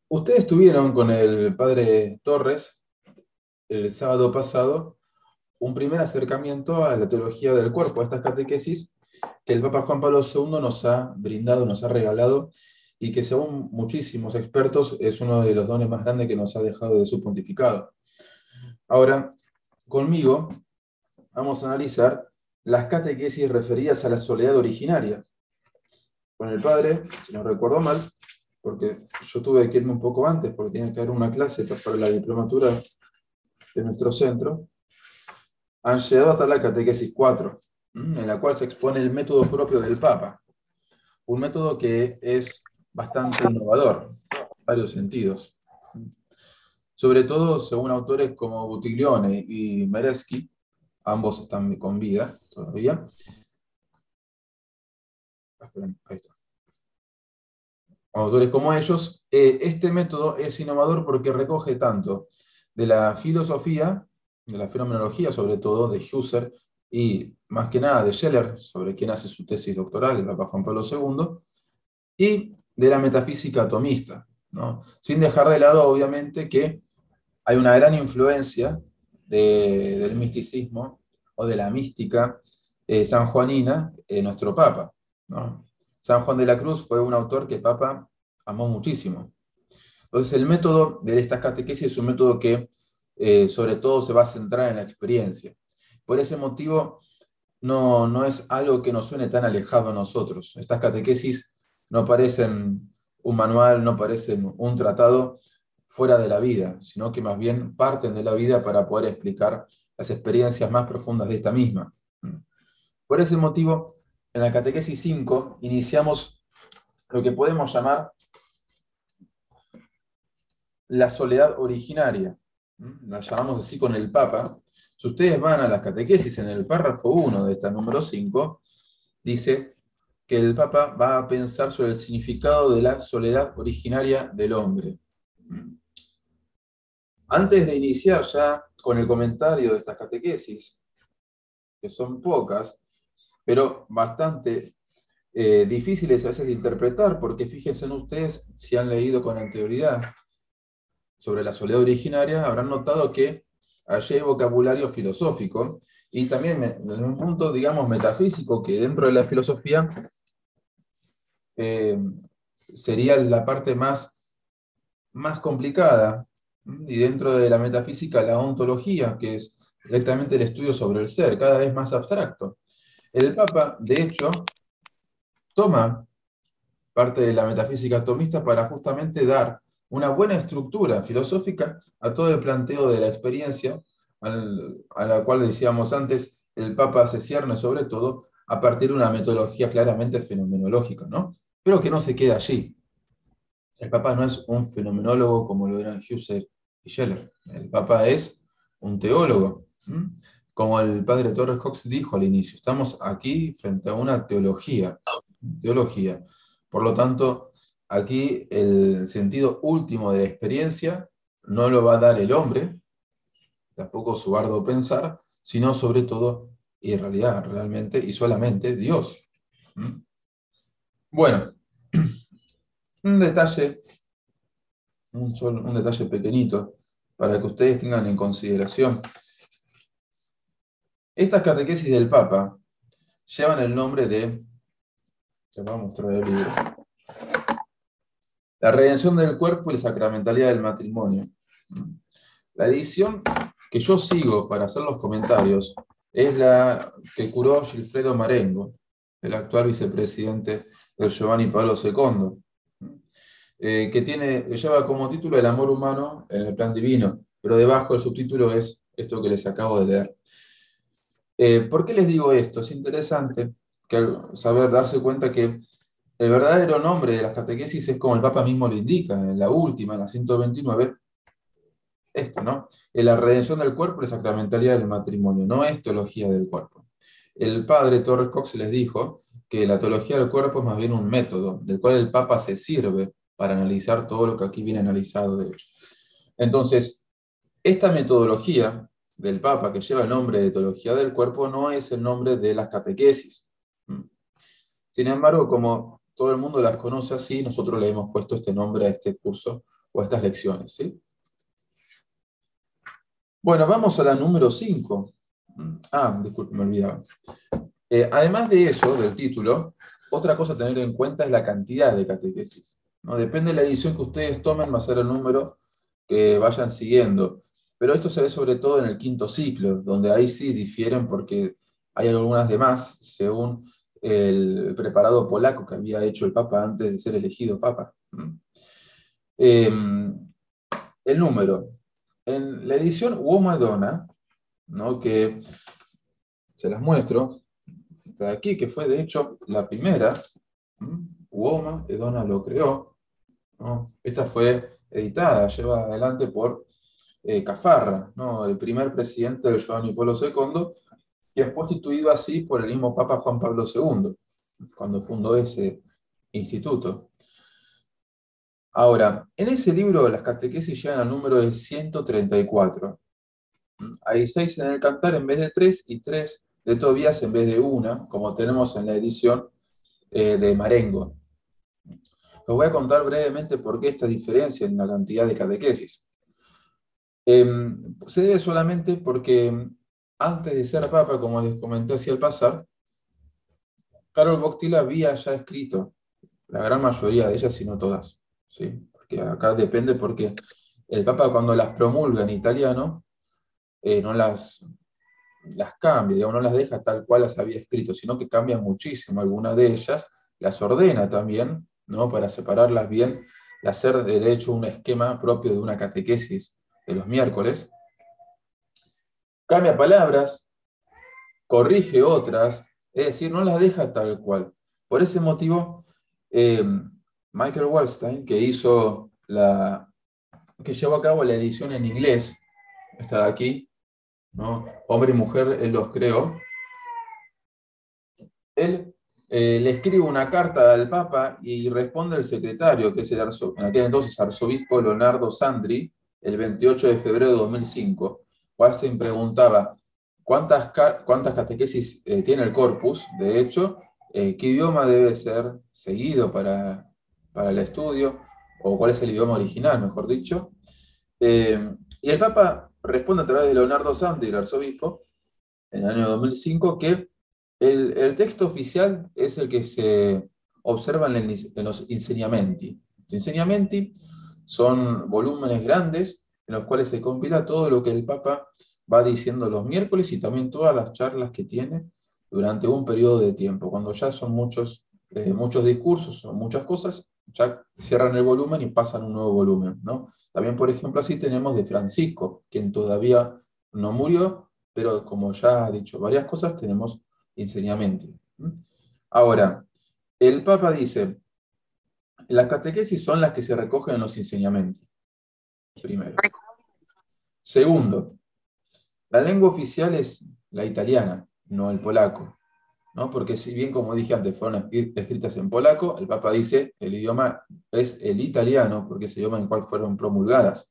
Ustedes tuvieron con el padre Torres el sábado pasado un primer acercamiento a la teología del cuerpo, a estas catequesis que el Papa Juan Pablo II nos ha brindado, nos ha regalado, y que según muchísimos expertos es uno de los dones más grandes que nos ha dejado de su pontificado. Ahora, conmigo vamos a analizar las catequesis referidas a la soledad originaria. Con el padre, si no recuerdo mal, porque yo tuve que irme un poco antes, porque tenía que dar una clase para la diplomatura de nuestro centro, han llegado hasta la catequesis 4, en la cual se expone el método propio del Papa, un método que es bastante innovador en varios sentidos. Sobre todo, según autores como Buttiglione y Mereschi, ambos están con vida todavía. Ahí está. Autores como ellos, este método es innovador porque recoge tanto de la filosofía, de la fenomenología sobre todo, de Husserl y más que nada de Scheller, sobre quien hace su tesis doctoral, el Papa Juan Pablo II, y de la metafísica atomista, ¿no? Sin dejar de lado, obviamente, que hay una gran influencia del misticismo o de la mística sanjuanina en nuestro Papa, ¿no? San Juan de la Cruz fue un autor que el Papa amó muchísimo. Entonces, el método de estas catequesis es un método que sobre todo se va a centrar en la experiencia. Por ese motivo, no es algo que nos suene tan alejado a nosotros. Estas catequesis no parecen un manual, no parecen un tratado fuera de la vida, sino que más bien parten de la vida para poder explicar las experiencias más profundas de esta misma. Por ese motivo, en la catequesis 5 iniciamos lo que podemos llamar la soledad originaria. La llamamos así con el Papa. Si ustedes van a las catequesis en el párrafo 1 de esta número 5, dice que el Papa va a pensar sobre el significado de la soledad originaria del hombre. Antes de iniciar ya con el comentario de estas catequesis, que son pocas, pero bastante difíciles a veces de interpretar, porque fíjense en ustedes, si han leído con anterioridad sobre la soledad originaria, habrán notado que allí hay vocabulario filosófico y también en un punto, digamos, metafísico, que dentro de la filosofía eh, sería la parte más complicada, y dentro de la metafísica la ontología, que es directamente el estudio sobre el ser, cada vez más abstracto. El Papa, de hecho, toma parte de la metafísica atomista para justamente dar una buena estructura filosófica a todo el planteo de la experiencia, a la cual decíamos antes, el Papa se cierne sobre todo a partir de una metodología claramente fenomenológica, ¿no? Pero que no se queda allí. El Papa no es un fenomenólogo como lo eran Husserl y Scheller. El Papa es un teólogo. Como el padre Torres Cox dijo al inicio, estamos aquí frente a una teología. Teología. Por lo tanto, aquí el sentido último de la experiencia no lo va a dar el hombre, tampoco su arduo pensar, sino sobre todo, y en realidad, realmente y solamente Dios. Bueno, un detalle un detalle pequeñito para que ustedes tengan en consideración. Estas catequesis del Papa llevan el nombre de, se va a mostrar el libro, La redención del cuerpo y la sacramentalidad del matrimonio. La edición que yo sigo para hacer los comentarios es la que curó Gilfredo Marengo, el actual vicepresidente del Giovanni Pablo II, que lleva como título El amor humano en el plan divino, pero debajo el subtítulo es esto que les acabo de leer. ¿Por qué les digo esto? Es interesante saber, darse cuenta que el verdadero nombre de las catequesis es como el Papa mismo lo indica, en la última, en la 129, esto, ¿no? En la redención del cuerpo y la sacramentalidad del matrimonio, no es teología del cuerpo. El padre Torres Cox les dijo que la teología del cuerpo es más bien un método, del cual el Papa se sirve para analizar todo lo que aquí viene analizado, de hecho. Entonces, esta metodología del Papa, que lleva el nombre de teología del cuerpo, no es el nombre de las catequesis. Sin embargo, como todo el mundo las conoce así, nosotros le hemos puesto este nombre a este curso o estas lecciones, ¿sí? Bueno, vamos a la número 5. Disculpe, me olvidaba. Además de eso, del título, otra cosa a tener en cuenta es la cantidad de catequesis, ¿no? Depende de la edición que ustedes tomen, va a ser el número que vayan siguiendo. Pero esto se ve sobre todo en el quinto ciclo, donde ahí sí difieren porque hay algunas de más, según el preparado polaco que había hecho el Papa antes de ser elegido Papa. El número. En la edición Uomo Donna, ¿no? Que se las muestro, esta de aquí, que fue de hecho la primera, Uomo Donna lo creó, ¿no? Esta fue editada, lleva adelante por Caffarra, ¿no? El primer presidente del Giovanni Pablo II, quien fue instituido así por el mismo Papa Juan Pablo II, cuando fundó ese instituto. Ahora, en ese libro las catequesis llegan al número de 134. Hay 6 en el Cantar en vez de 3 y 3 de Tobías en vez de una, como tenemos en la edición de Marengo. Os voy a contar brevemente por qué esta diferencia en la cantidad de catequesis. Se debe solamente porque antes de ser Papa, como les comenté hacia el pasar, Karol Wojtyla había ya escrito la gran mayoría de ellas, si no todas, ¿sí? Porque acá depende porque el Papa cuando las promulga en italiano, no las cambia, digamos, no las deja tal cual las había escrito, sino que cambia muchísimo algunas de ellas, las ordena también, ¿no? Para separarlas bien y hacer de hecho un esquema propio de una catequesis de los miércoles. Cambia palabras, corrige otras, es decir, no las deja tal cual. Por ese motivo, Michael Wallstein, que llevó a cabo la edición en inglés, está aquí, ¿no? Hombre y mujer, él los creó. Él le escribe una carta al Papa y responde el secretario, que es en aquel entonces arzobispo Leonardo Sandri, el 28 de febrero de 2005. Wallstein preguntaba, ¿cuántas catequesis tiene el corpus? De hecho, ¿qué idioma debe ser seguido para el estudio? ¿O cuál es el idioma original, mejor dicho? Y el Papa responde a través de Leonardo Sandri, el arzobispo, en el año 2005, que el texto oficial es el que se observa en los insegnamenti. Los insegnamenti son volúmenes grandes en los cuales se compila todo lo que el Papa va diciendo los miércoles y también todas las charlas que tiene durante un periodo de tiempo. Cuando ya son muchos discursos o muchas cosas, ya cierran el volumen y pasan un nuevo volumen, ¿no? También, por ejemplo, así tenemos de Francisco, quien todavía no murió, pero como ya ha dicho varias cosas, tenemos enseñamiento. Ahora, el Papa dice, las catequesis son las que se recogen en los enseñamientos, primero. Segundo, la lengua oficial es la italiana, no el polaco, ¿no? Porque si bien, como dije antes, fueron escritas en polaco, el Papa dice, el idioma es el italiano, porque es el idioma en el cual fueron promulgadas.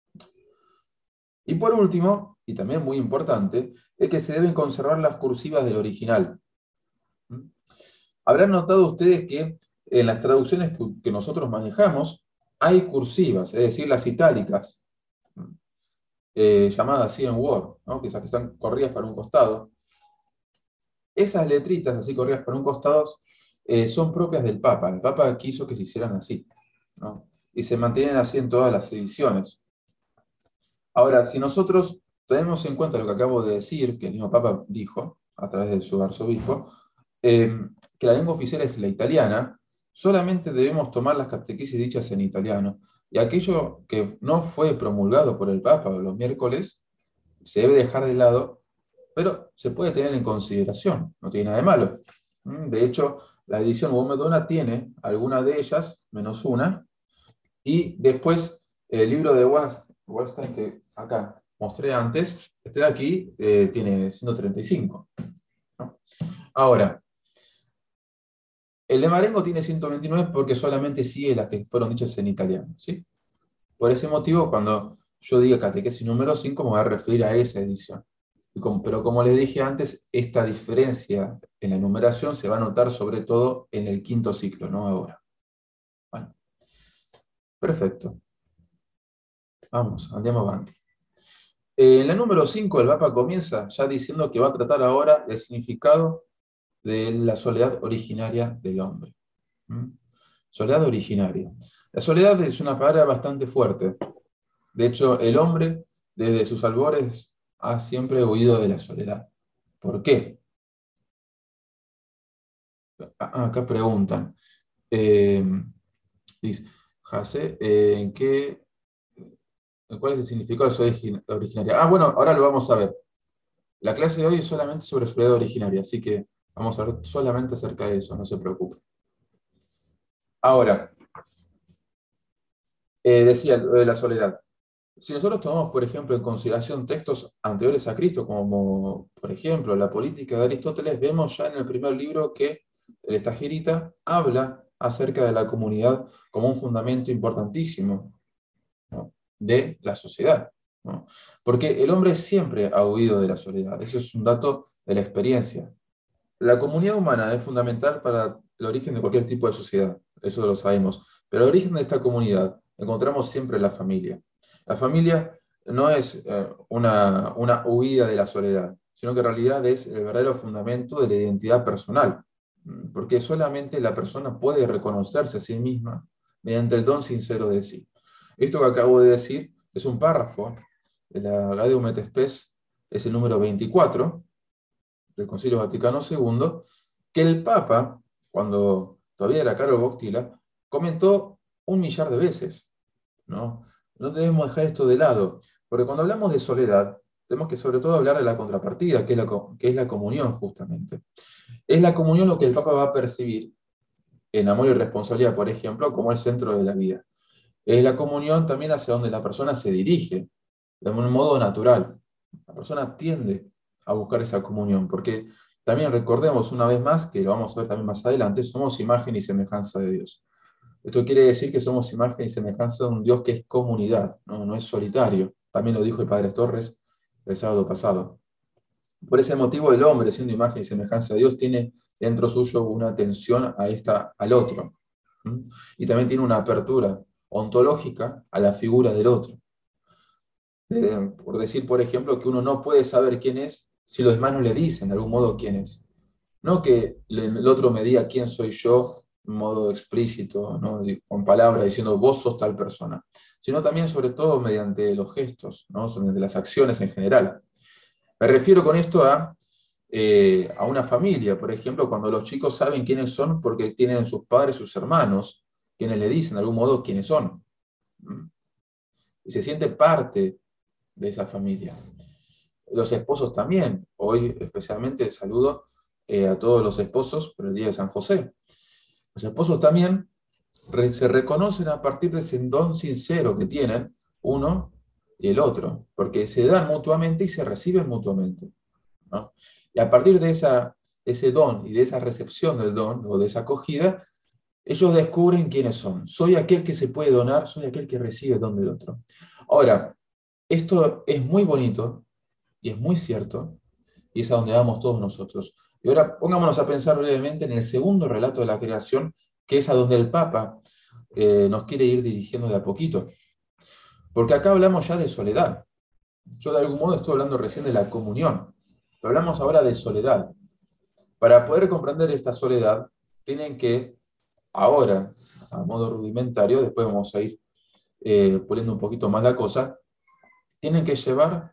Y por último, y también muy importante, es que se deben conservar las cursivas del original. Habrán notado ustedes que en las traducciones que nosotros manejamos hay cursivas, es decir, las itálicas, llamadas así en Word, ¿no? Que esas que están corridas para un costado. Esas letritas así corridas para un costado son propias del Papa. El Papa quiso que se hicieran así, ¿no? Y se mantienen así en todas las ediciones. Ahora, si nosotros tenemos en cuenta lo que acabo de decir, que el mismo Papa dijo a través de su arzobispo, que la lengua oficial es la italiana, solamente debemos tomar las catequesis dichas en italiano. Y aquello que no fue promulgado por el Papa los miércoles, se debe dejar de lado, pero se puede tener en consideración, no tiene nada de malo. De hecho, la edición Uomo Donna tiene algunas de ellas, menos una, y después el libro de Wallstein, que acá mostré antes, este de aquí tiene 135. ¿No? Ahora, el de Marengo tiene 129 porque solamente sigue las que fueron dichas en italiano, ¿sí? Por ese motivo, cuando yo diga catequesis número 5, me voy a referir a esa edición. Pero como les dije antes, esta diferencia en la numeración se va a notar sobre todo en el quinto ciclo, no ahora. Bueno, perfecto. Vamos, andiamo avanti. En la número 5 el Papa comienza ya diciendo que va a tratar ahora el significado de la soledad originaria del hombre. ¿Mm? Soledad originaria. La soledad es una palabra bastante fuerte. De hecho, el hombre, desde sus albores, ha siempre huido de la soledad. ¿Por qué? Acá preguntan. Eh, dice, José, ¿cuál es el significado de soledad originaria? Ah, bueno, ahora lo vamos a ver. La clase de hoy es solamente sobre soledad originaria, así que vamos a ver solamente acerca de eso, no se preocupe. Ahora, decía lo de la soledad. Si nosotros tomamos, por ejemplo, en consideración textos anteriores a Cristo, como por ejemplo la Política de Aristóteles, vemos ya en el primer libro que el Estagirita habla acerca de la comunidad como un fundamento importantísimo, ¿no?, de la sociedad, ¿no? Porque el hombre siempre ha huido de la soledad, eso es un dato de la experiencia. La comunidad humana es fundamental para el origen de cualquier tipo de sociedad, eso lo sabemos, pero el origen de esta comunidad encontramos siempre en la familia. La familia no es una huida de la soledad, sino que en realidad es el verdadero fundamento de la identidad personal, porque solamente la persona puede reconocerse a sí misma mediante el don sincero de sí. Esto que acabo de decir es un párrafo de la Gaudium et Spes, es el número 24 del Concilio Vaticano II, que el Papa, cuando todavía era Carlo Boctila, comentó 1 millar de veces, ¿no? No debemos dejar esto de lado, porque cuando hablamos de soledad, tenemos que sobre todo hablar de la contrapartida, que es la comunión, justamente. Es la comunión lo que el Papa va a percibir en amor y responsabilidad, por ejemplo, como el centro de la vida. Es la comunión también hacia donde la persona se dirige, de un modo natural. La persona tiende a buscar esa comunión, porque también recordemos una vez más, que lo vamos a ver también más adelante, somos imagen y semejanza de Dios. Esto quiere decir que somos imagen y semejanza de un Dios que es comunidad, no es solitario. También lo dijo el Padre Torres el sábado pasado. Por ese motivo, el hombre, siendo imagen y semejanza de Dios, tiene dentro suyo una atención al otro. ¿Mm? Y también tiene una apertura ontológica a la figura del otro. Por decir, por ejemplo, que uno no puede saber quién es si los demás no le dicen de algún modo quién es. No que el otro me diga quién soy yo de un modo explícito, ¿no?, con palabras diciendo vos sos tal persona, sino también sobre todo mediante los gestos, ¿no?, mediante las acciones en general. Me refiero con esto a una familia, por ejemplo, cuando los chicos saben quiénes son porque tienen sus padres, sus hermanos, quienes le dicen de algún modo quiénes son. Y se siente parte de esa familia. Los esposos también. Hoy especialmente saludo a todos los esposos por el Día de San José. Los esposos también se reconocen a partir de ese don sincero que tienen uno y el otro, porque se dan mutuamente y se reciben mutuamente, ¿no? Y a partir de ese don y de esa recepción del don o de esa acogida, ellos descubren quiénes son. Soy aquel que se puede donar, soy aquel que recibe el don del otro. Ahora, esto es muy bonito y es muy cierto, y es a donde vamos todos nosotros. Y ahora pongámonos a pensar brevemente en el segundo relato de la creación, que es a donde el Papa nos quiere ir dirigiendo de a poquito. Porque acá hablamos ya de soledad. Yo de algún modo estoy hablando recién de la comunión, pero hablamos ahora de soledad. Para poder comprender esta soledad, tienen que, ahora, a modo rudimentario, después vamos a ir puliendo un poquito más la cosa, tienen que llevar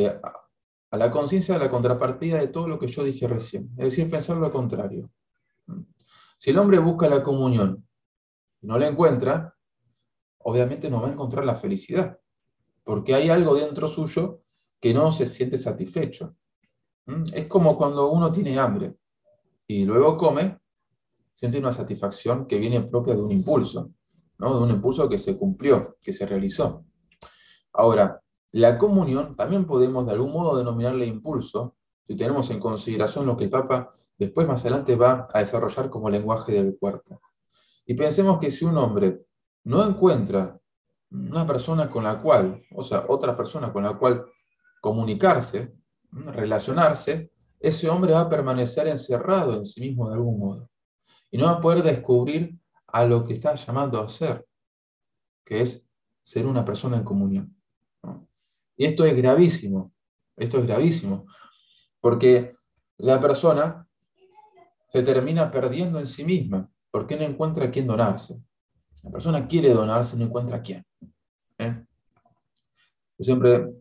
a la conciencia de la contrapartida de todo lo que yo dije recién. Es decir, pensar lo contrario. Si el hombre busca la comunión y no la encuentra, obviamente no va a encontrar la felicidad, porque hay algo dentro suyo que no se siente satisfecho. Es como cuando uno tiene hambre y luego come, siente una satisfacción que viene propia de un impulso, ¿no?, de un impulso que se cumplió, que se realizó. Ahora, la comunión también podemos de algún modo denominarle impulso, si tenemos en consideración lo que el Papa después más adelante va a desarrollar como lenguaje del cuerpo. Y pensemos que si un hombre no encuentra una persona con la cual, o sea, otra persona con la cual comunicarse, relacionarse, ese hombre va a permanecer encerrado en sí mismo de algún modo. Y no va a poder descubrir a lo que está llamando a ser, que es ser una persona en comunión. ¿no? Y esto es gravísimo, porque la persona se termina perdiendo en sí misma, porque no encuentra a quién donarse. La persona quiere donarse, no encuentra a quién. ¿Eh? Yo siempre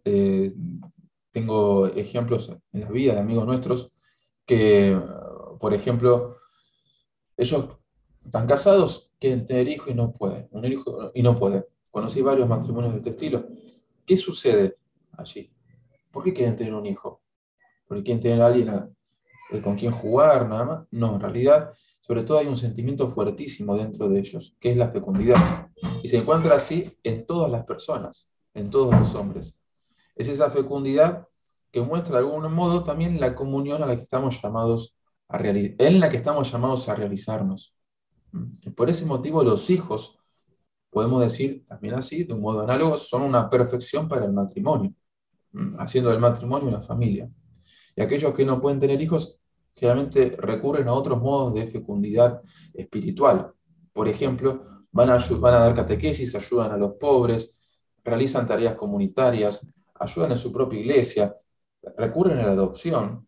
tengo ejemplos en la vida de amigos nuestros que, por ejemplo, ellos están casados, quieren tener hijos y no pueden. Un hijo y no pueden. Conocí varios matrimonios de este estilo. ¿Qué sucede allí? ¿Por qué quieren tener un hijo? ¿Porque quieren tener a alguien con quien jugar, nada más? No, en realidad, sobre todo hay un sentimiento fuertísimo dentro de ellos, que es la fecundidad. Y se encuentra así en todas las personas, en todos los hombres. Es esa fecundidad que muestra de algún modo también la comunión a la que estamos llamados en la que estamos llamados a realizarnos. Y por ese motivo los hijos, podemos decir también así, de un modo análogo, son una perfección para el matrimonio, haciendo del matrimonio una familia. Y aquellos que no pueden tener hijos generalmente recurren a otros modos de fecundidad espiritual. Por ejemplo, van a dar catequesis, ayudan a los pobres, realizan tareas comunitarias, ayudan en su propia iglesia, recurren a la adopción.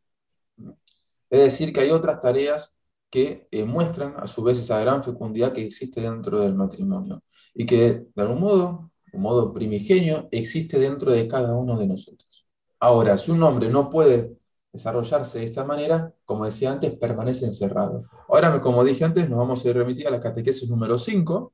Es decir, que hay otras tareas que muestran a su vez esa gran fecundidad que existe dentro del matrimonio y que de algún modo, un modo primigenio, existe dentro de cada uno de nosotros. Ahora, si un hombre no puede desarrollarse de esta manera, como decía antes, permanece encerrado. Ahora, como dije antes, nos vamos a ir remitir a la catequesis número 5,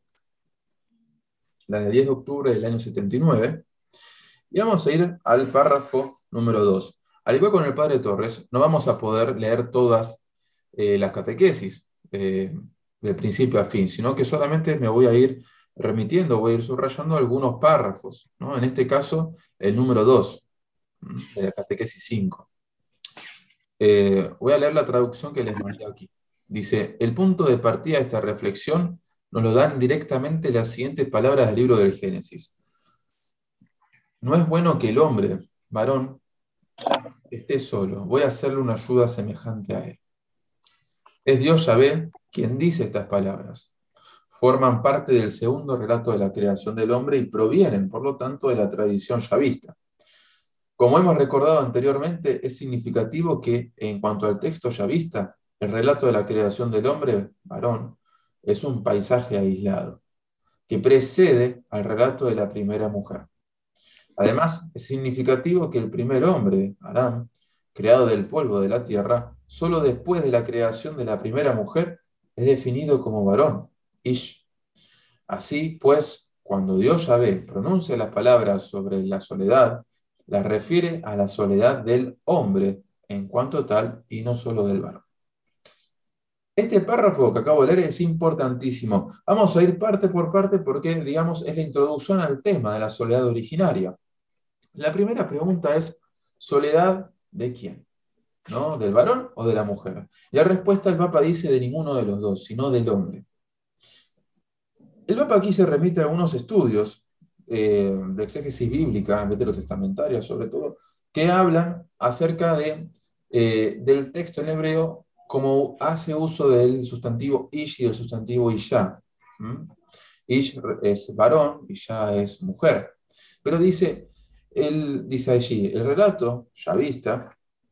la del 10 de octubre del año 79, y vamos a ir al párrafo número 2. Al igual con el padre Torres, no vamos a poder leer todas las catequesis de principio a fin, sino que solamente me voy a ir remitiendo, voy a ir subrayando algunos párrafos, ¿no? En este caso, el número 2 de la catequesis 5. Voy a leer la traducción que les mandé aquí. Dice, el punto de partida de esta reflexión nos lo dan directamente las siguientes palabras del libro del Génesis. No es bueno que el hombre, varón, esté solo. Voy a hacerle una ayuda semejante a él. Es Dios Yahvé quien dice estas palabras. Forman parte del segundo relato de la creación del hombre y provienen, por lo tanto, de la tradición yavista. Como hemos recordado anteriormente, es significativo que, en cuanto al texto yavista, el relato de la creación del hombre, varón, es un paisaje aislado, que precede al relato de la primera mujer. Además, es significativo que el primer hombre, Adán, creado del polvo de la tierra, solo después de la creación de la primera mujer, es definido como varón, Ish. Así pues, cuando Dios Yahvé pronuncia las palabras sobre la soledad, las refiere a la soledad del hombre en cuanto tal y no solo del varón. Este párrafo que acabo de leer es importantísimo. Vamos a ir parte por parte porque, digamos, es la introducción al tema de la soledad originaria. La primera pregunta es, ¿soledad de quién? ¿No? ¿Del varón o de la mujer? La respuesta el Papa dice de ninguno de los dos, sino del hombre. El Papa aquí se remite a algunos estudios de exégesis bíblica, veterotestamentaria sobre todo, que hablan acerca del texto en hebreo como hace uso del sustantivo ish y del sustantivo isha. Ish es varón, isha es mujer. Pero él dice allí, el relato yavista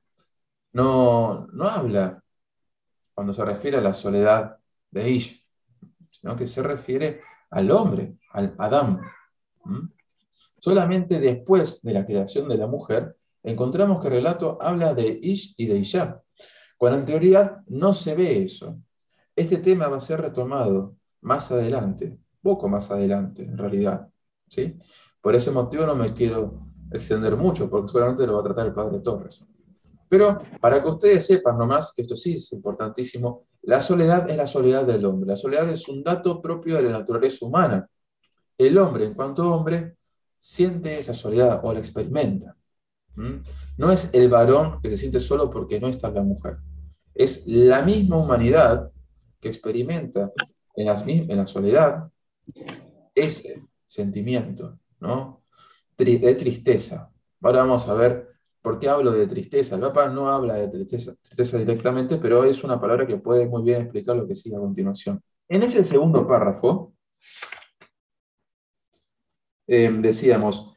no habla cuando se refiere a la soledad de Ish, sino que se refiere al hombre, al Adán. Solamente después de la creación de la mujer encontramos que el relato habla de Ish y de Isha, cuando en teoría no se ve eso. Este tema va a ser retomado más adelante, poco más adelante en realidad, ¿sí? Por ese motivo no me quiero extender mucho, porque seguramente lo va a tratar el padre Torres. Pero para que ustedes sepan nomás, que esto sí es importantísimo, la soledad es la soledad del hombre. La soledad es un dato propio de la naturaleza humana. El hombre, en cuanto hombre, siente esa soledad o la experimenta. No es el varón que se siente solo porque no está la mujer. Es la misma humanidad que experimenta en la soledad ese sentimiento, ¿no? De tristeza. Ahora vamos a ver por qué hablo de tristeza. El Papa no habla de tristeza directamente, pero es una palabra que puede muy bien explicar lo que sigue a continuación. En ese segundo párrafo, decíamos,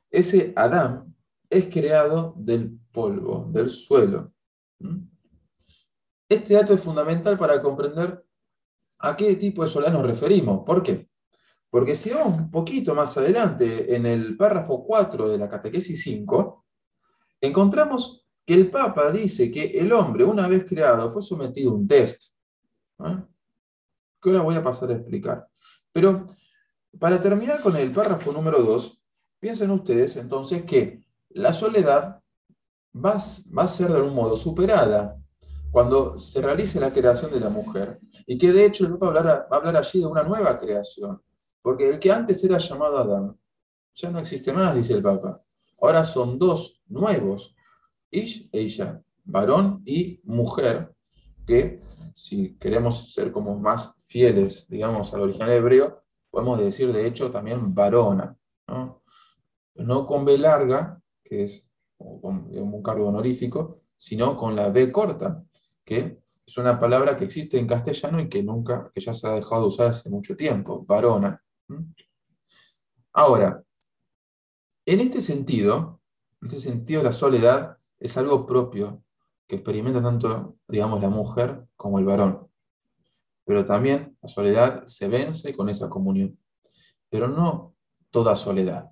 ese Adán es creado del polvo, del suelo. ¿Mm? Este dato es fundamental para comprender a qué tipo de soledad nos referimos. ¿Por qué? Porque si vamos un poquito más adelante, en el párrafo 4 de la catequesis 5, encontramos que el Papa dice que el hombre, una vez creado, fue sometido a un test, ¿eh? Que ahora voy a pasar a explicar. Pero para terminar con el párrafo número 2, piensen ustedes entonces que la soledad va a ser de algún modo superada cuando se realice la creación de la mujer, y que de hecho el Papa va a hablar allí de una nueva creación, porque el que antes era llamado Adán ya no existe más, dice el Papa. Ahora son dos nuevos, Ish e Isha, varón y mujer, que si queremos ser como más fieles, digamos, al original hebreo, podemos decir de hecho también varona, ¿no? No con B larga, que es como un cargo honorífico, sino con la B corta, que es una palabra que existe en castellano y que nunca, que ya se ha dejado de usar hace mucho tiempo, varona. Ahora, en este sentido la soledad es algo propio que experimenta tanto, digamos, la mujer como el varón. Pero también la soledad se vence con esa comunión. Pero no toda soledad.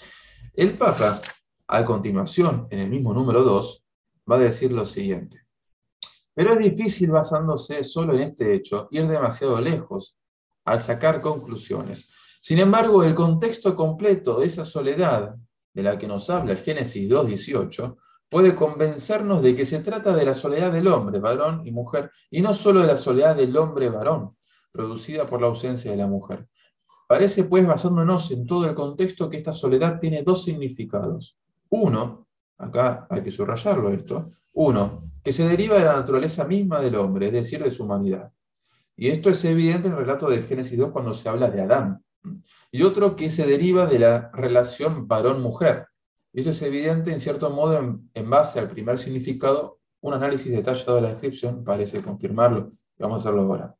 El Papa, a continuación, en el mismo número 2, va a decir lo siguiente. Pero es difícil, basándose solo en este hecho, ir demasiado lejos al sacar conclusiones. Sin embargo, el contexto completo de esa soledad de la que nos habla el Génesis 2:18 puede convencernos de que se trata de la soledad del hombre, varón y mujer, y no solo de la soledad del hombre varón, producida por la ausencia de la mujer. Parece, pues, basándonos en todo el contexto, que esta soledad tiene dos significados. Uno, acá hay que subrayarlo esto, uno, que se deriva de la naturaleza misma del hombre, es decir, de su humanidad. Y esto es evidente en el relato de Génesis 2 cuando se habla de Adán. Y otro que se deriva de la relación varón-mujer. Y eso es evidente, en cierto modo, en base al primer significado. Un análisis detallado de la descripción parece confirmarlo. Vamos a hacerlo ahora.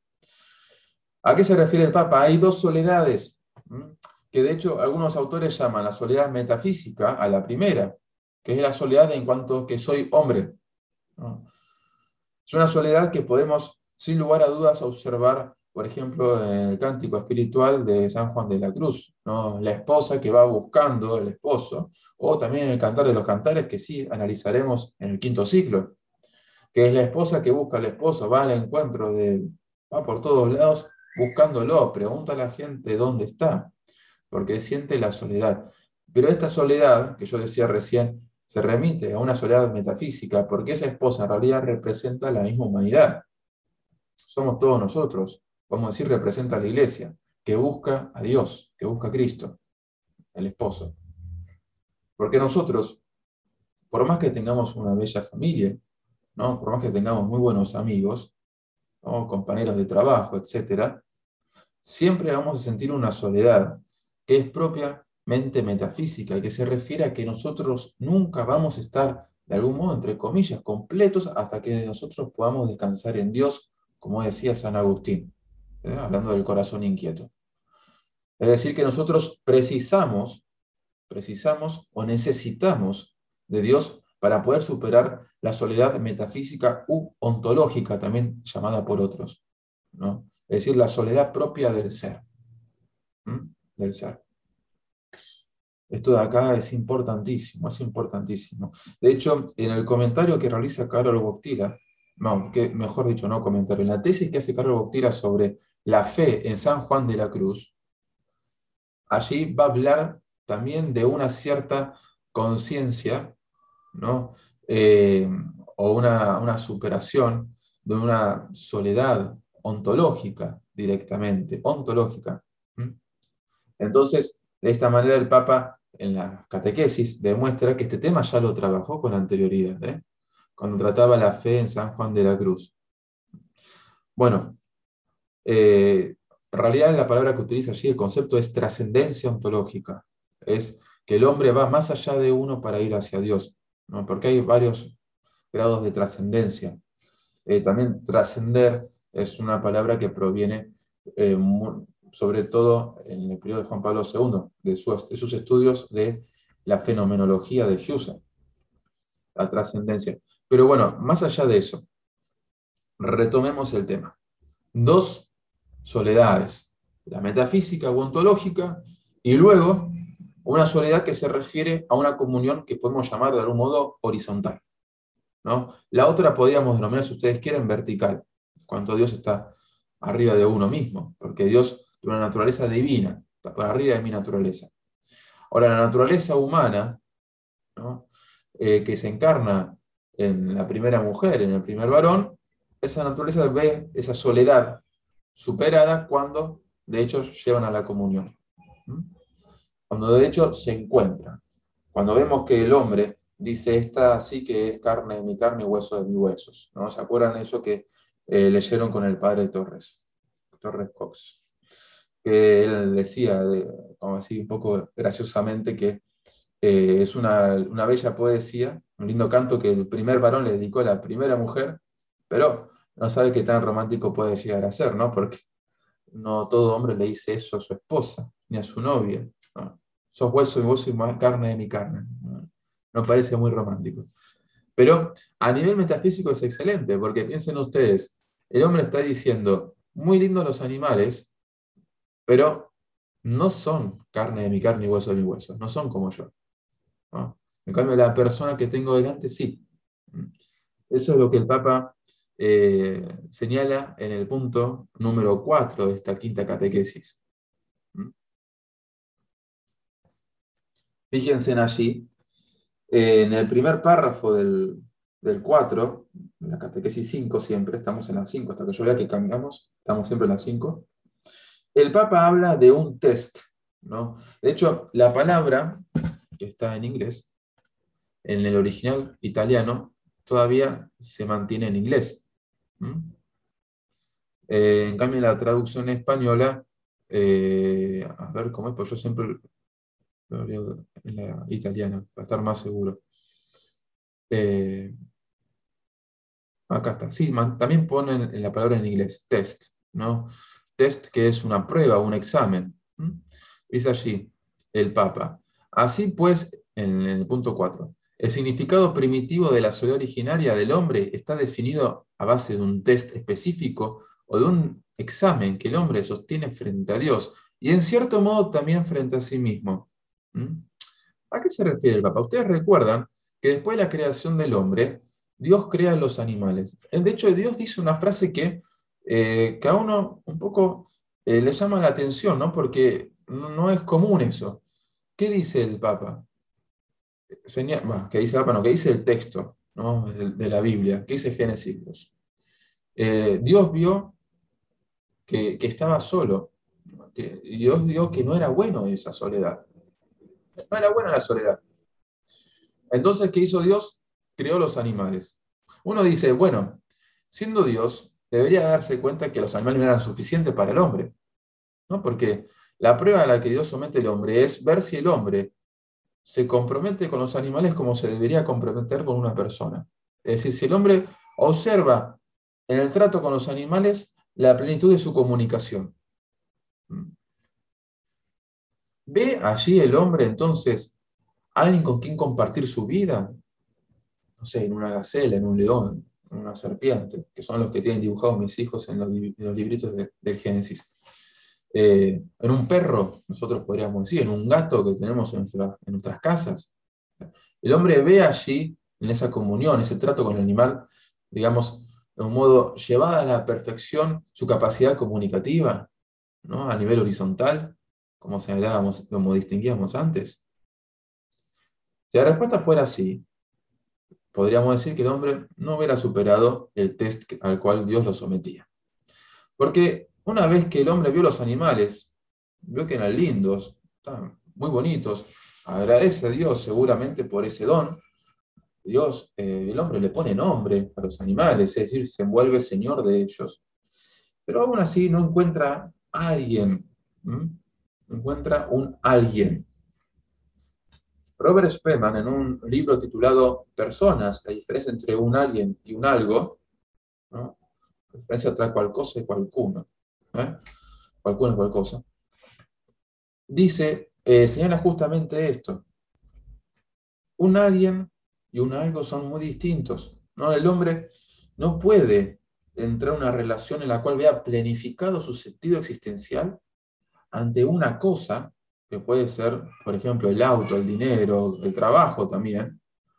¿A qué se refiere el Papa? Hay dos soledades, que de hecho algunos autores llaman la soledad metafísica a la primera, que es la soledad en cuanto que soy hombre, ¿no? Es una soledad que podemos, sin lugar a dudas, observar, por ejemplo, en el cántico espiritual de San Juan de la Cruz, ¿no? La esposa que va buscando el esposo, o también en el Cantar de los Cantares, que sí analizaremos en el quinto ciclo, que es la esposa que busca al esposo, va al encuentro de él, va por todos lados buscándolo, pregunta a la gente dónde está, porque siente la soledad. Pero esta soledad, que yo decía recién, se remite a una soledad metafísica, porque esa esposa en realidad representa la misma humanidad. Somos todos nosotros, vamos a decir, representa a la iglesia, que busca a Dios, que busca a Cristo, el esposo. Porque nosotros, por más que tengamos una bella familia, ¿no? Por más que tengamos muy buenos amigos, ¿no? Compañeros de trabajo, etcétera, siempre vamos a sentir una soledad que es propiamente metafísica y que se refiere a que nosotros nunca vamos a estar, de algún modo, entre comillas, completos hasta que nosotros podamos descansar en Dios, como decía San Agustín, hablando del corazón inquieto. Es decir, que nosotros precisamos o necesitamos de Dios para poder superar la soledad metafísica u ontológica, también llamada por otros, ¿no? Es decir, la soledad propia del ser. Del ser. Esto de acá es importantísimo, es importantísimo. De hecho, en el comentario que realiza Karol Wojtyla, no, que, mejor dicho, no comentario, en la tesis que hace Karol Wojtyla sobre la fe en San Juan de la Cruz, allí va a hablar también de una cierta conciencia, ¿no? Eh, o una superación de una soledad ontológica directamente, ontológica. Entonces, de esta manera el Papa en la catequesis demuestra que este tema ya lo trabajó con anterioridad, cuando trataba la fe en San Juan de la Cruz. Bueno, en realidad la palabra que utiliza allí, el concepto es trascendencia ontológica. Es que el hombre va más allá de uno para ir hacia Dios, ¿no? Porque hay varios grados de trascendencia. También trascender es una palabra que proviene sobre todo en el periodo de Juan Pablo II, de sus estudios de la fenomenología de Husserl, la trascendencia. Pero bueno, más allá de eso, retomemos el tema. Dos soledades, la metafísica o ontológica, y luego una soledad que se refiere a una comunión que podemos llamar de algún modo horizontal, ¿no? La otra podríamos denominar, si ustedes quieren, vertical, cuando Dios está arriba de uno mismo, porque Dios tiene una naturaleza divina, está por arriba de mi naturaleza. Ahora, la naturaleza humana, ¿no? Que se encarna en la primera mujer, en el primer varón, esa naturaleza ve esa soledad superada cuando de hecho llevan a la comunión. ¿Mm? Cuando de hecho se encuentran. Cuando vemos que el hombre dice, esta sí que es carne de mi carne y hueso de mis huesos, ¿no? ¿Se acuerdan eso que leyeron con el padre Torres Cox? Que él decía, como así un poco graciosamente, que es una bella poesía, un lindo canto que el primer varón le dedicó a la primera mujer, pero no sabe qué tan romántico puede llegar a ser, ¿no? Porque no todo hombre le dice eso a su esposa, ni a su novia, ¿no? Sos hueso y hueso y carne de mi carne. ¿No? No parece muy romántico. Pero a nivel metafísico es excelente, porque piensen ustedes, el hombre está diciendo, muy lindos los animales, pero no son carne de mi carne y hueso de mi hueso, no son como yo, ¿no? En cambio, la persona que tengo delante sí. Eso es lo que el Papa señala en el punto número 4 de esta quinta catequesis. Fíjense en allí, en el primer párrafo del 4, de la catequesis 5 siempre, estamos en la 5, hasta que yo vea que cambiamos, estamos siempre en la 5, el Papa habla de un test, ¿no? De hecho, la palabra, que está en inglés, en el original italiano, todavía se mantiene en inglés. ¿Mm? En cambio, en la traducción española, a ver cómo es, pues yo siempre lo leo en la italiana, para estar más seguro. Acá está, sí, también ponen la palabra en inglés, test, ¿no? Test que es una prueba, un examen. Dice allí el Papa. Así pues, en el punto 4, el significado primitivo de la soledad originaria del hombre está definido a base de un test específico o de un examen que el hombre sostiene frente a Dios y en cierto modo también frente a sí mismo. ¿Mm? ¿A qué se refiere el Papa? Ustedes recuerdan que después de la creación del hombre, Dios crea los animales. De hecho, Dios dice una frase que a uno un poco le llama la atención, ¿no? Porque no es común eso. ¿Qué dice el Papa? ¿Qué dice el Papa? No, ¿qué dice el texto, ¿no? de la Biblia? ¿Qué dice Génesis 2? Dios vio que estaba solo. Y Dios vio que no era bueno esa soledad. No era buena la soledad. Entonces, ¿qué hizo Dios? Creó los animales. Uno dice, bueno, siendo Dios, debería darse cuenta que los animales no eran suficientes para el hombre, ¿no? Porque la prueba a la que Dios somete al hombre es ver si el hombre se compromete con los animales como se debería comprometer con una persona. Es decir, si el hombre observa en el trato con los animales la plenitud de su comunicación. ¿Ve allí el hombre entonces alguien con quien compartir su vida? No sé, en una gacela, en un león, en una serpiente, que son los que tienen dibujados mis hijos en los libritos del Génesis. En un perro, nosotros podríamos decir, en un gato que tenemos en nuestras casas. El hombre ve allí, en esa comunión, ese trato con el animal, digamos, de un modo llevada a la perfección su capacidad comunicativa, ¿no? A nivel horizontal, como señalábamos, como distinguíamos antes. Si la respuesta fuera así, podríamos decir que el hombre no hubiera superado el test al cual Dios lo sometía. Porque una vez que el hombre vio los animales, vio que eran lindos, estaban muy bonitos, agradece a Dios seguramente por ese don. Dios, el hombre le pone nombre a los animales, es decir, se envuelve señor de ellos. Pero aún así no encuentra a alguien, ¿m? No encuentra un alguien. Robert Spreeman, en un libro titulado Personas, la diferencia entre un alguien y un algo, ¿no? La diferencia entre cual cosa y qualcuno, ¿eh? Qualcuno es cual cosa. Dice, señala justamente esto. un alguien y un algo son muy distintos, ¿no? El hombre no puede entrar en una relación en la cual vea planificado su sentido existencial ante una cosa, que puede ser, por ejemplo, el auto, el dinero, el trabajo también,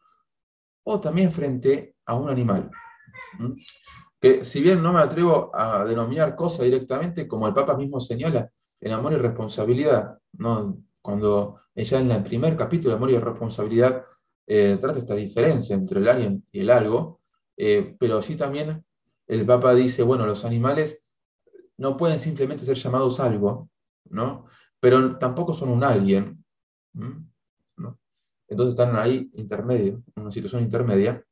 o también frente a un animal. ¿Mm? Que si bien no me atrevo a denominar cosa directamente, como el Papa mismo señala, en amor y responsabilidad, ¿no? Cuando ella en el primer capítulo de amor y responsabilidad trata esta diferencia entre el alguien y el algo, pero sí también el Papa dice, bueno, los animales no pueden simplemente ser llamados algo, ¿no? Pero tampoco son un alguien, ¿no? Entonces están ahí intermedio, en una situación intermedia.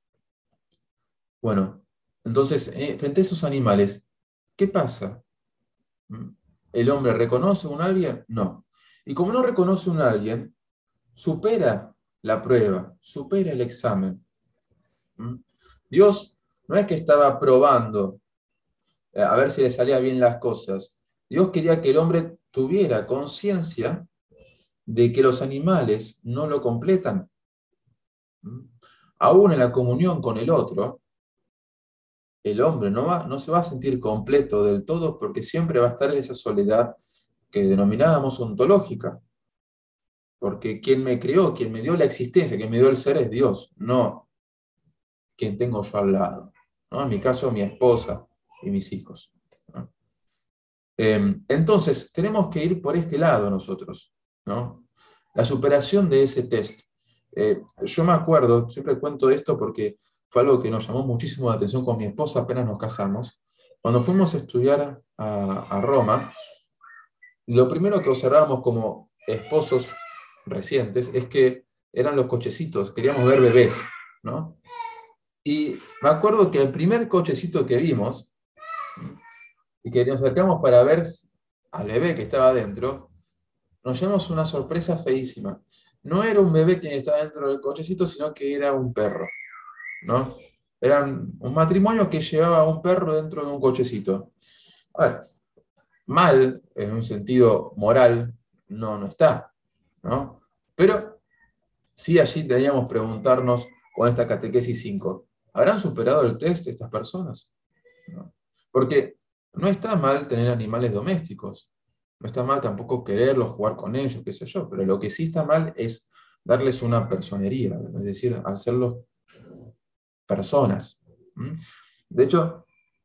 Bueno, entonces, frente a esos animales, ¿qué pasa? ¿Mm? ¿El hombre reconoce un alguien? No. Y como no reconoce un alguien, supera la prueba, supera el examen. ¿Mm? Dios no es que estaba probando a ver si le salían bien las cosas. Dios quería que el hombre tuviera conciencia de que los animales no lo completan. ¿Mm? Aún en la comunión con el otro, el hombre no se va a sentir completo del todo porque siempre va a estar en esa soledad que denominábamos ontológica. Porque quien me creó, quien me dio la existencia, quien me dio el ser es Dios, no quien tengo yo al lado, ¿no? En mi caso, mi esposa y mis hijos, ¿no? Entonces, tenemos que ir por este lado nosotros, ¿no? La superación de ese test. Yo me acuerdo, siempre cuento esto porque fue algo que nos llamó muchísimo la atención con mi esposa apenas nos casamos. Cuando fuimos a estudiar a Roma, lo primero que observábamos como esposos recientes es que eran los cochecitos, queríamos ver bebés, ¿no? Y me acuerdo que el primer cochecito que vimos, y que nos acercamos para ver al bebé que estaba adentro, nos llevamos una sorpresa feísima. No era un bebé quien estaba dentro del cochecito, sino que era un perro, ¿no? Era un matrimonio que llevaba a un perro dentro de un cochecito. A ver, mal, en un sentido moral, no está, ¿no? Pero sí allí deberíamos preguntarnos con esta catequesis 5, ¿habrán superado el test estas personas? ¿No? Porque no está mal tener animales domésticos, no está mal tampoco quererlos, jugar con ellos, qué sé yo, pero lo que sí está mal es darles una personería, es decir, hacerlos personas. ¿Mm? De hecho,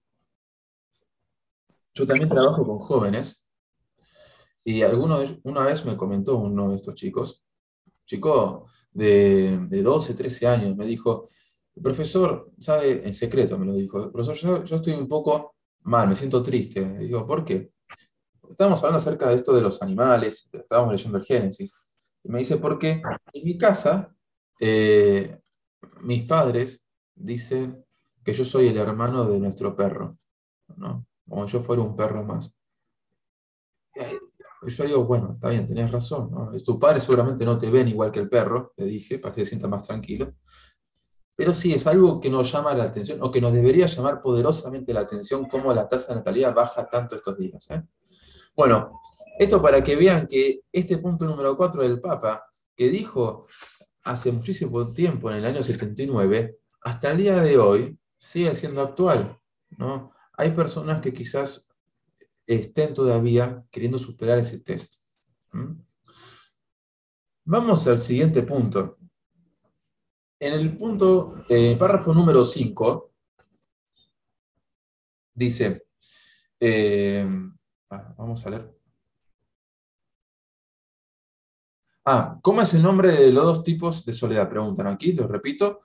yo también trabajo con jóvenes y una vez me comentó uno de estos chicos, chico de 12, 13 años, me dijo, profesor, ¿sabe? En secreto me lo dijo, profesor, yo estoy un poco mal, me siento triste. Digo, ¿por qué? Estábamos hablando acerca de esto de los animales, estábamos leyendo el Génesis, y me dice, porque en mi casa, eh, mis padres dicen que yo soy el hermano de nuestro perro, ¿no? Como si yo fuera un perro más. Y yo digo, bueno, está bien, tenés razón, ¿no? Tus padres seguramente no te ven igual que el perro, le dije, para que se sienta más tranquilo. Pero sí, es algo que nos llama la atención, o que nos debería llamar poderosamente la atención, cómo la tasa de natalidad baja tanto estos días, ¿eh? Bueno, esto para que vean que este punto número 4 del Papa, que dijo hace muchísimo tiempo, en el año 79, hasta el día de hoy sigue siendo actual, ¿no? Hay personas que quizás estén todavía queriendo superar ese test. ¿Mm? Vamos al siguiente punto. En el punto, párrafo número 5, dice, eh, vamos a leer. ¿Cómo es el nombre de los dos tipos de soledad? Preguntan aquí, lo repito.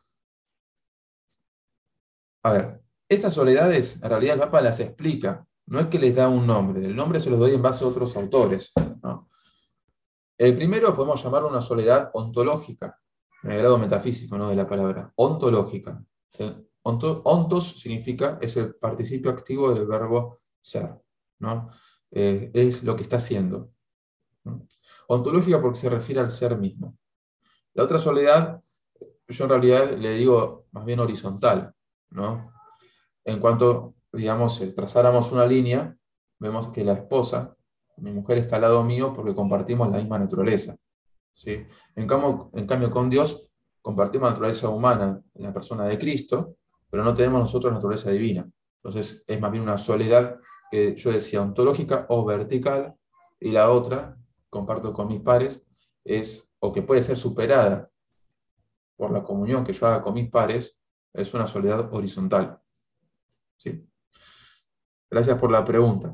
A ver, estas soledades, en realidad el Papa las explica, no es que les da un nombre, el nombre se los doy en base a otros autores, ¿no? El primero podemos llamarlo una soledad ontológica, en el grado metafísico, ¿no? De la palabra, ontológica. Ontos significa, es el participio activo del verbo ser, ¿no? Es lo que está haciendo, ¿no? Ontológica porque se refiere al ser mismo. La otra soledad, yo en realidad le digo más bien horizontal, ¿no? En cuanto, digamos, trazáramos una línea, vemos que la esposa, mi mujer, está al lado mío porque compartimos la misma naturaleza, ¿sí? En cambio con Dios compartimos naturaleza humana en la persona de Cristo, pero no tenemos nosotros naturaleza divina. Entonces es más bien una soledad que yo decía ontológica o vertical, y la otra, comparto con mis pares, es, o que puede ser superada por la comunión que yo haga con mis pares, es una soledad horizontal. ¿Sí? Gracias por la pregunta.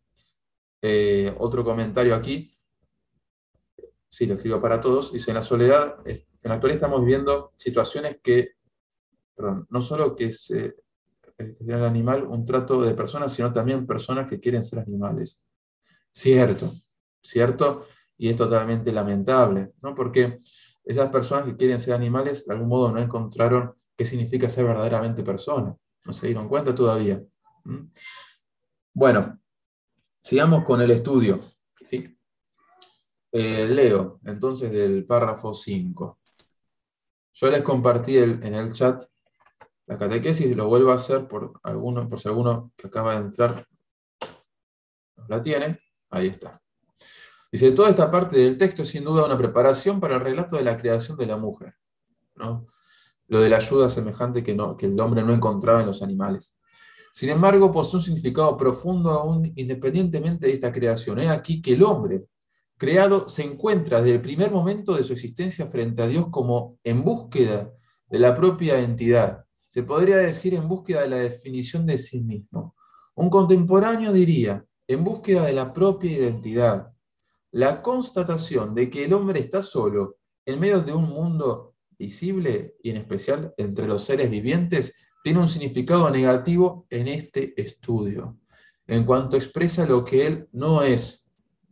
Otro comentario aquí, sí, lo escribo para todos, dice, en la soledad, en la actualidad estamos viviendo situaciones que, perdón, no solo que se que el animal un trato de personas, sino también personas que quieren ser animales. Cierto, cierto, y es totalmente lamentable, ¿no? Porque esas personas que quieren ser animales, de algún modo no encontraron qué significa ser verdaderamente persona. No se dieron cuenta todavía. ¿Mm? Bueno, sigamos con el estudio. ¿Sí? Leo, entonces, del párrafo 5. Yo les compartí en el chat la catequesis, lo vuelvo a hacer por si alguno que acaba de entrar la tiene. Ahí está. Dice, toda esta parte del texto es sin duda una preparación para el relato de la creación de la mujer, ¿no? Lo de la ayuda semejante que el hombre no encontraba en los animales. Sin embargo, posee un significado profundo aún independientemente de esta creación. Es aquí que el hombre creado se encuentra desde el primer momento de su existencia frente a Dios como en búsqueda de la propia entidad. Se podría decir en búsqueda de la definición de sí mismo. Un contemporáneo diría, en búsqueda de la propia identidad. La constatación de que el hombre está solo en medio de un mundo visible y en especial entre los seres vivientes tiene un significado negativo en este estudio, en cuanto expresa lo que él no es.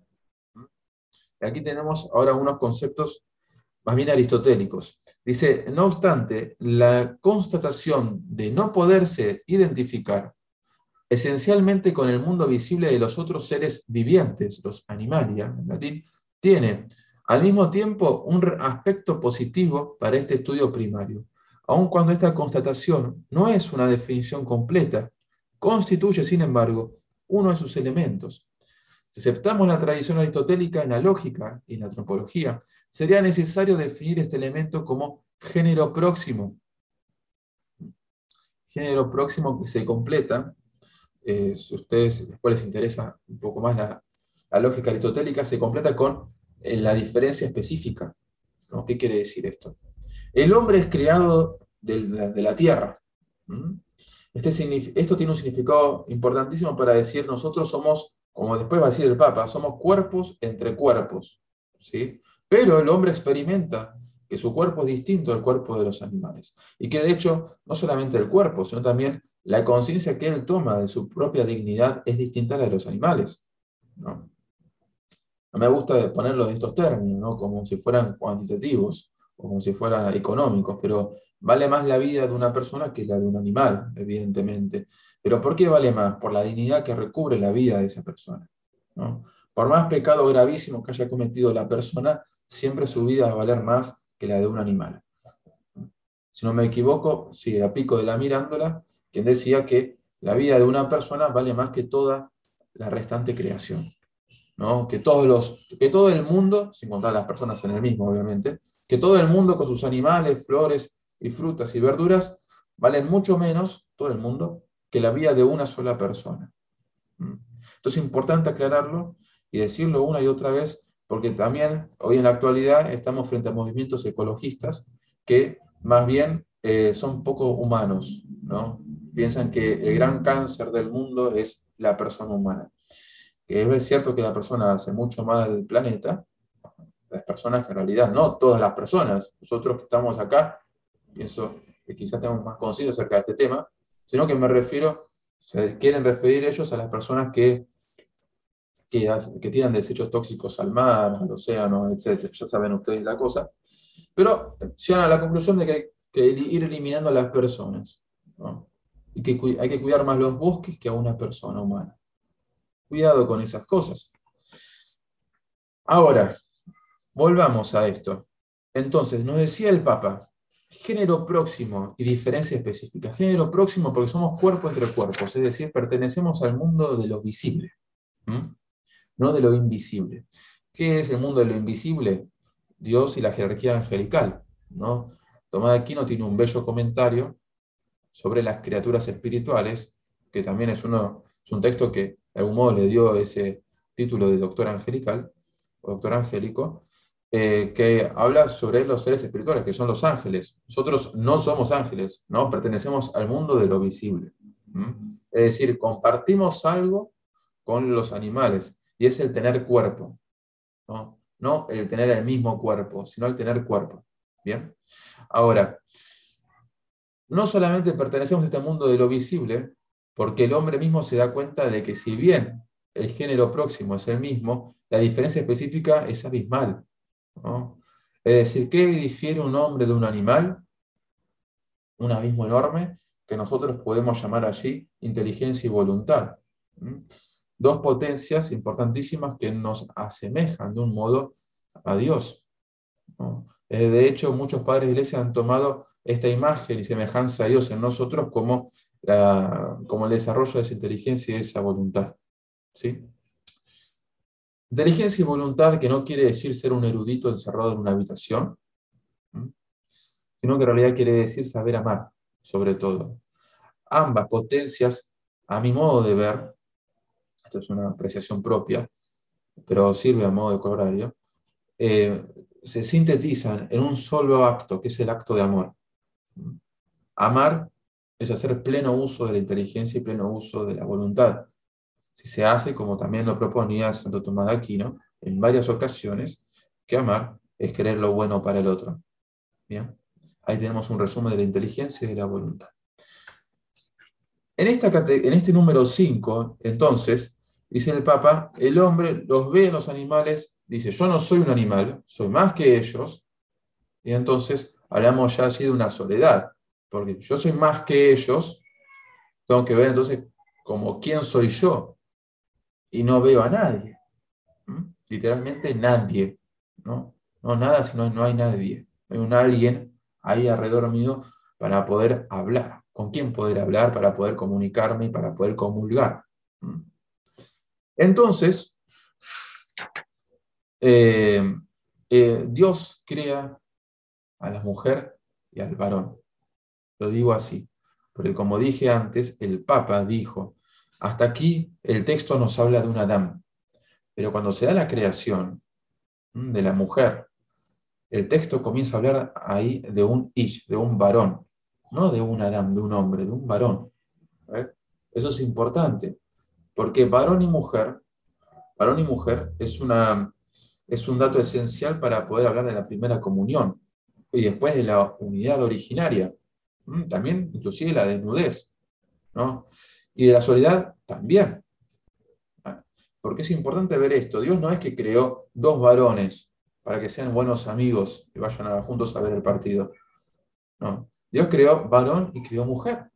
Aquí tenemos ahora unos conceptos más bien aristotélicos. Dice, no obstante, la constatación de no poderse identificar esencialmente con el mundo visible de los otros seres vivientes, los animalia, en latín, tiene al mismo tiempo un aspecto positivo para este estudio primario, aun cuando esta constatación no es una definición completa, constituye, sin embargo, uno de sus elementos. Si aceptamos la tradición aristotélica en la lógica y en la antropología, sería necesario definir este elemento como género próximo. Género próximo que se completa, si a ustedes después les interesa un poco más la lógica aristotélica, se completa con la diferencia específica, ¿no? ¿Qué quiere decir esto? El hombre es creado de la tierra. ¿Mm? Esto tiene un significado importantísimo para decir nosotros somos, como después va a decir el Papa, somos cuerpos entre cuerpos, ¿sí? Pero el hombre experimenta que su cuerpo es distinto al cuerpo de los animales. Y que de hecho, no solamente el cuerpo, sino también la conciencia que él toma de su propia dignidad es distinta a la de los animales, ¿no? No me gusta ponerlos de estos términos, ¿no? Como si fueran cuantitativos o como si fueran económicos, pero vale más la vida de una persona que la de un animal, evidentemente. ¿Pero por qué vale más? Por la dignidad que recubre la vida de esa persona, ¿no? Por más pecado gravísimo que haya cometido la persona, siempre su vida va a valer más que la de un animal. Si no me equivoco, sí, era Pico de la Mirándola, quien decía que la vida de una persona vale más que toda la restante creación, ¿no? Que todo el mundo, sin contar las personas en el mismo, obviamente, que todo el mundo con sus animales, flores y frutas y verduras, valen mucho menos, todo el mundo, que la vida de una sola persona. ¿Mm? Entonces es importante aclararlo y decirlo una y otra vez, porque también hoy en la actualidad estamos frente a movimientos ecologistas que más bien son poco humanos, ¿no? Piensan que el gran cáncer del mundo es la persona humana. Que es cierto que la persona hace mucho mal al planeta, las personas que en realidad, no todas las personas, nosotros que estamos acá, pienso que quizás tenemos más conciencia acerca de este tema, sino que me refiero, se quieren referir ellos a las personas que tiran desechos tóxicos al mar, al océano, etc. Ya saben ustedes la cosa. Pero llegan a la conclusión de que hay que ir eliminando a las personas, ¿no? Y que hay que cuidar más los bosques que a una persona humana. Cuidado con esas cosas. Ahora, volvamos a esto. Entonces, nos decía el Papa, género próximo y diferencia específica. Género próximo porque somos cuerpo entre cuerpos, es decir, pertenecemos al mundo de lo visible, ¿m? No de lo invisible. ¿Qué es el mundo de lo invisible? Dios y la jerarquía angelical, ¿no? Tomás de Aquino tiene un bello comentario sobre las criaturas espirituales, que también es un texto que de algún modo le dio ese título de doctor angelical, o doctor angélico, que habla sobre los seres espirituales, que son los ángeles. Nosotros no somos ángeles, ¿no? Pertenecemos al mundo de lo visible. Es decir, compartimos algo con los animales, y es el tener cuerpo, ¿no? No el tener el mismo cuerpo, sino el tener cuerpo. ¿Bien? Ahora, no solamente pertenecemos a este mundo de lo visible, porque el hombre mismo se da cuenta de que si bien el género próximo es el mismo, la diferencia específica es abismal, ¿no? Es decir, ¿qué difiere un hombre de un animal? Un abismo enorme que nosotros podemos llamar allí inteligencia y voluntad. ¿Mm? Dos potencias importantísimas que nos asemejan de un modo a Dios, ¿no? De hecho, muchos padres de iglesia han tomado esta imagen y semejanza a Dios en nosotros como el desarrollo de esa inteligencia y de esa voluntad. ¿Sí? Inteligencia y voluntad que no quiere decir ser un erudito encerrado en una habitación, sino que en realidad quiere decir saber amar, sobre todo. Ambas potencias, a mi modo de ver, esto es una apreciación propia, pero sirve a modo de corolario, se sintetizan en un solo acto, que es el acto de amor. Amar es hacer pleno uso de la inteligencia y pleno uso de la voluntad. Si se hace, como también lo proponía Santo Tomás de Aquino, en varias ocasiones, que amar es querer lo bueno para el otro. ¿Bien? Ahí tenemos un resumen de la inteligencia y de la voluntad. En este número 5, entonces, dice el Papa, el hombre los ve en los animales, dice, yo no soy un animal, soy más que ellos, y entonces hablamos ya así de una soledad, porque yo soy más que ellos, tengo que ver entonces como quién soy yo, y no veo a nadie, literalmente nadie, ¿no? No nada, sino no hay nadie, no hay un alguien ahí alrededor mío para poder hablar, con quién poder hablar, para poder comunicarme y para poder comulgar. Entonces, Dios crea a la mujer y al varón. Lo digo así, porque como dije antes, el Papa dijo, hasta aquí el texto nos habla de un Adán, pero cuando se da la creación de la mujer, el texto comienza a hablar ahí de un ish, de un varón, no de un Adán, de un hombre, de un varón. ¿Eh? Eso es importante, porque varón y mujer es un dato esencial para poder hablar de la primera comunión y después de la unidad originaria, también inclusive la desnudez, ¿no? Y de la soledad también. Porque es importante ver esto. Dios no es que creó dos varones para que sean buenos amigos y vayan juntos a ver el partido. No. Dios creó varón y creó mujer.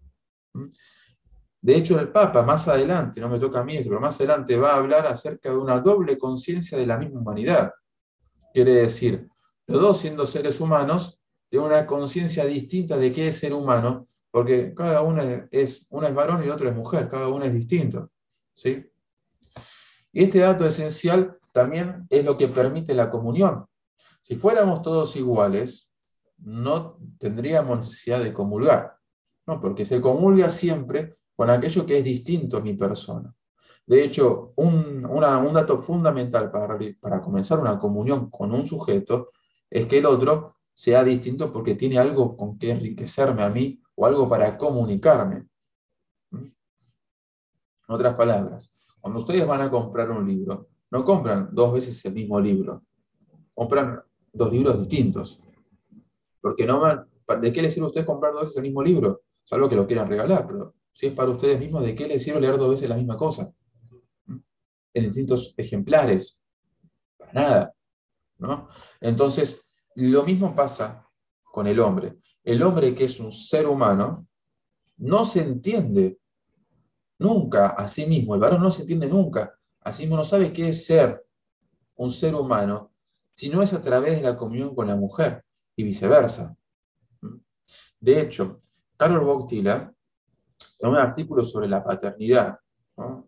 De hecho, el Papa más adelante, no me toca a mí eso, pero más adelante va a hablar acerca de una doble conciencia de la misma humanidad. Quiere decir, los dos siendo seres humanos, tienen una conciencia distinta de qué es ser humano, porque cada uno uno es varón y el otro es mujer, cada uno es distinto. ¿Sí? Y este dato esencial también es lo que permite la comunión. Si fuéramos todos iguales, no tendríamos necesidad de comulgar, ¿no? Porque se comulga siempre con aquello que es distinto a mi persona. De hecho, un dato fundamental para comenzar una comunión con un sujeto es que el otro sea distinto porque tiene algo con que enriquecerme a mí o algo para comunicarme. En otras palabras, cuando ustedes van a comprar un libro, no compran dos veces el mismo libro, compran dos libros distintos. Porque no van, ¿de qué les sirve a ustedes comprar dos veces el mismo libro? Salvo que lo quieran regalar, pero si es para ustedes mismos, ¿de qué les sirve leer dos veces la misma cosa? En distintos ejemplares, para nada, ¿no? Entonces, lo mismo pasa con el hombre. El hombre que es un ser humano no se entiende nunca a sí mismo, el varón no se entiende nunca a sí mismo, no sabe qué es ser un ser humano si no es a través de la comunión con la mujer y viceversa. De hecho, Karol Wojtyla, en un artículo sobre la paternidad, ¿no?,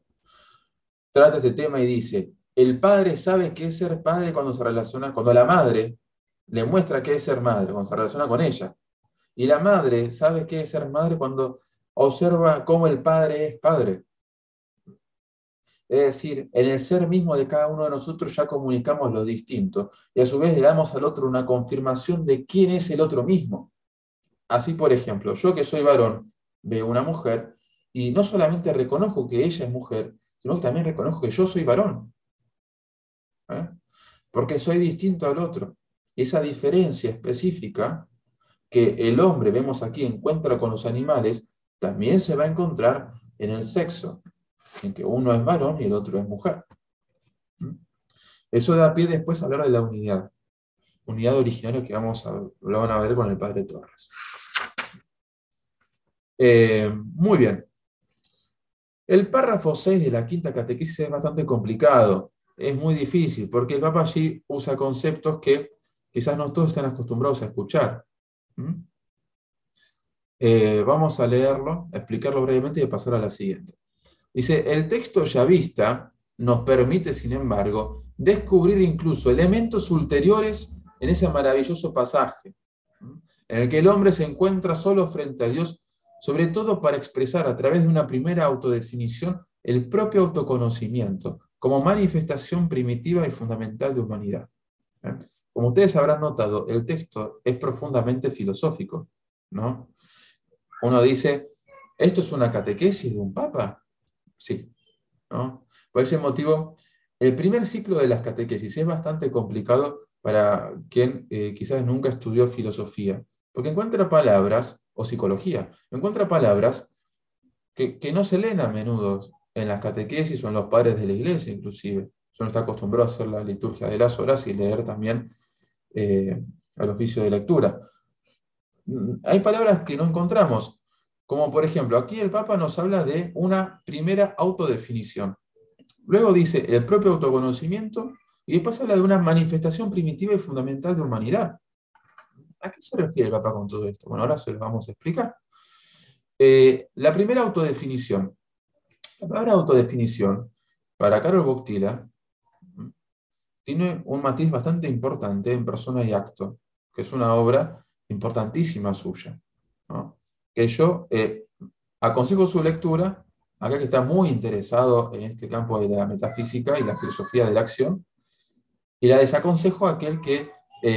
trata este tema y dice, el padre sabe qué es ser padre cuando se relaciona, cuando la madre le muestra qué es ser madre, cuando se relaciona con ella. Y la madre sabe qué es ser madre cuando observa cómo el padre es padre. Es decir, en el ser mismo de cada uno de nosotros ya comunicamos lo distinto y a su vez le damos al otro una confirmación de quién es el otro mismo. Así, por ejemplo, yo que soy varón, veo una mujer y no solamente reconozco que ella es mujer, sino que también reconozco que yo soy varón, ¿eh? Porque soy distinto al otro. Y esa diferencia específica que el hombre, vemos aquí, encuentra con los animales, también se va a encontrar en el sexo, en que uno es varón y el otro es mujer. ¿Mm? Eso da pie después a hablar de la unidad originaria que lo van a ver con el padre Torres. Muy bien. El párrafo 6 de la quinta catequesis es bastante complicado, es muy difícil, porque el Papa allí usa conceptos que quizás no todos están acostumbrados a escuchar. ¿Mm? Vamos a leerlo, explicarlo brevemente y pasar a la siguiente. Dice, el texto yavista nos permite, sin embargo, descubrir incluso elementos ulteriores en ese maravilloso pasaje, ¿Mm? En el que el hombre se encuentra solo frente a Dios, sobre todo para expresar a través de una primera autodefinición el propio autoconocimiento, como manifestación primitiva y fundamental de humanidad. ¿Eh? Como ustedes habrán notado, el texto es profundamente filosófico, ¿no? Uno dice, ¿esto es una catequesis de un papa? Sí, ¿no? Por ese motivo, el primer ciclo de las catequesis es bastante complicado para quien quizás nunca estudió filosofía, porque encuentra palabras, o psicología, encuentra palabras que no se leen a menudo en las catequesis o en los padres de la iglesia, inclusive. Uno está acostumbrado a hacer la liturgia de las horas y leer también eh, el oficio de lectura. Hay palabras que no encontramos, como por ejemplo, aquí el Papa nos habla de una primera autodefinición. Luego dice el propio autoconocimiento y después habla de una manifestación primitiva y fundamental de humanidad. ¿A qué se refiere el Papa con todo esto? Bueno, ahora se lo vamos a explicar. La primera autodefinición. La palabra autodefinición, para Karol Wojtyla, tiene un matiz bastante importante en Persona y Acto, que es una obra importantísima suya, ¿no? Que yo aconsejo su lectura, acá que está muy interesado en este campo de la metafísica y la filosofía de la acción, y la desaconsejo a aquel que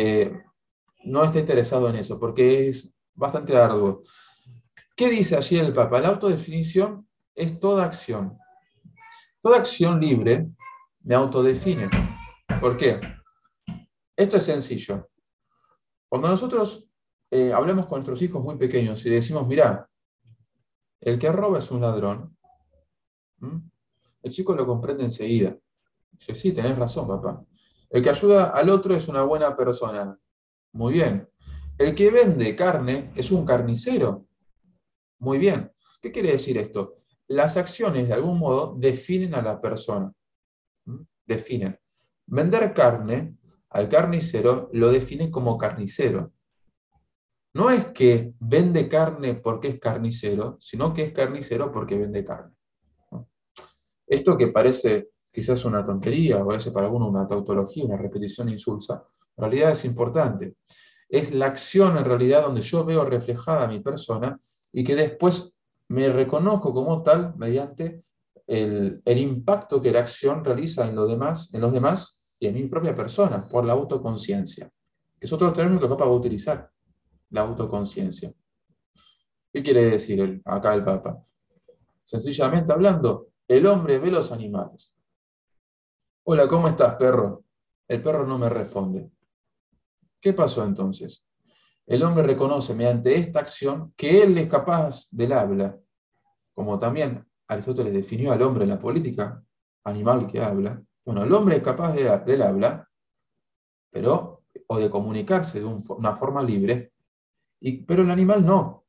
no está interesado en eso, porque es bastante arduo. ¿Qué dice allí el Papa? La autodefinición es toda acción. Toda acción libre me autodefine. ¿Por qué? Esto es sencillo. Cuando nosotros hablamos con nuestros hijos muy pequeños y decimos, mirá, el que roba es un ladrón, ¿Mm? El chico lo comprende enseguida. Dice, sí, tenés razón, papá. El que ayuda al otro es una buena persona. Muy bien. El que vende carne es un carnicero. Muy bien. ¿Qué quiere decir esto? Las acciones, de algún modo, definen a la persona. ¿Mm? Definen. Vender carne al carnicero lo define como carnicero. No es que vende carne porque es carnicero, sino que es carnicero porque vende carne. ¿No? Esto que parece quizás una tontería, o a veces para alguno una tautología, una repetición insulsa, en realidad es importante. Es la acción en realidad donde yo veo reflejada mi persona y que después me reconozco como tal mediante el impacto que la acción realiza en los demás y en mi propia persona, por la autoconciencia, que es otro término que el Papa va a utilizar, la autoconciencia. ¿Qué quiere decir acá el Papa? Sencillamente hablando, el hombre ve los animales. Hola, ¿cómo estás, perro? El perro no me responde. ¿Qué pasó entonces? El hombre reconoce mediante esta acción que él es capaz del habla, como también Aristóteles definió al hombre en la política, animal que habla. Bueno, el hombre es capaz del habla, pero, o de comunicarse de una forma libre, pero el animal no.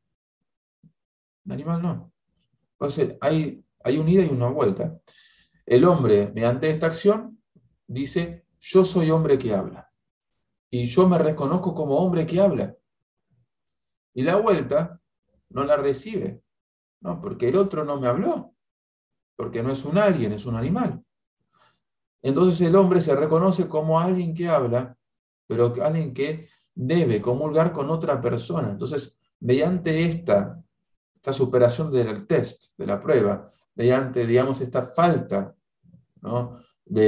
El animal no. Entonces, hay un ida y una vuelta. El hombre, mediante esta acción, dice, yo soy hombre que habla. Y yo me reconozco como hombre que habla. Y la vuelta no la recibe, ¿no? Porque el otro no me habló, porque no es un alguien, es un animal. Entonces el hombre se reconoce como alguien que habla pero alguien que debe comulgar con otra persona. Entonces, mediante esta superación del test, de la prueba, mediante, digamos, esta falta, ¿no?,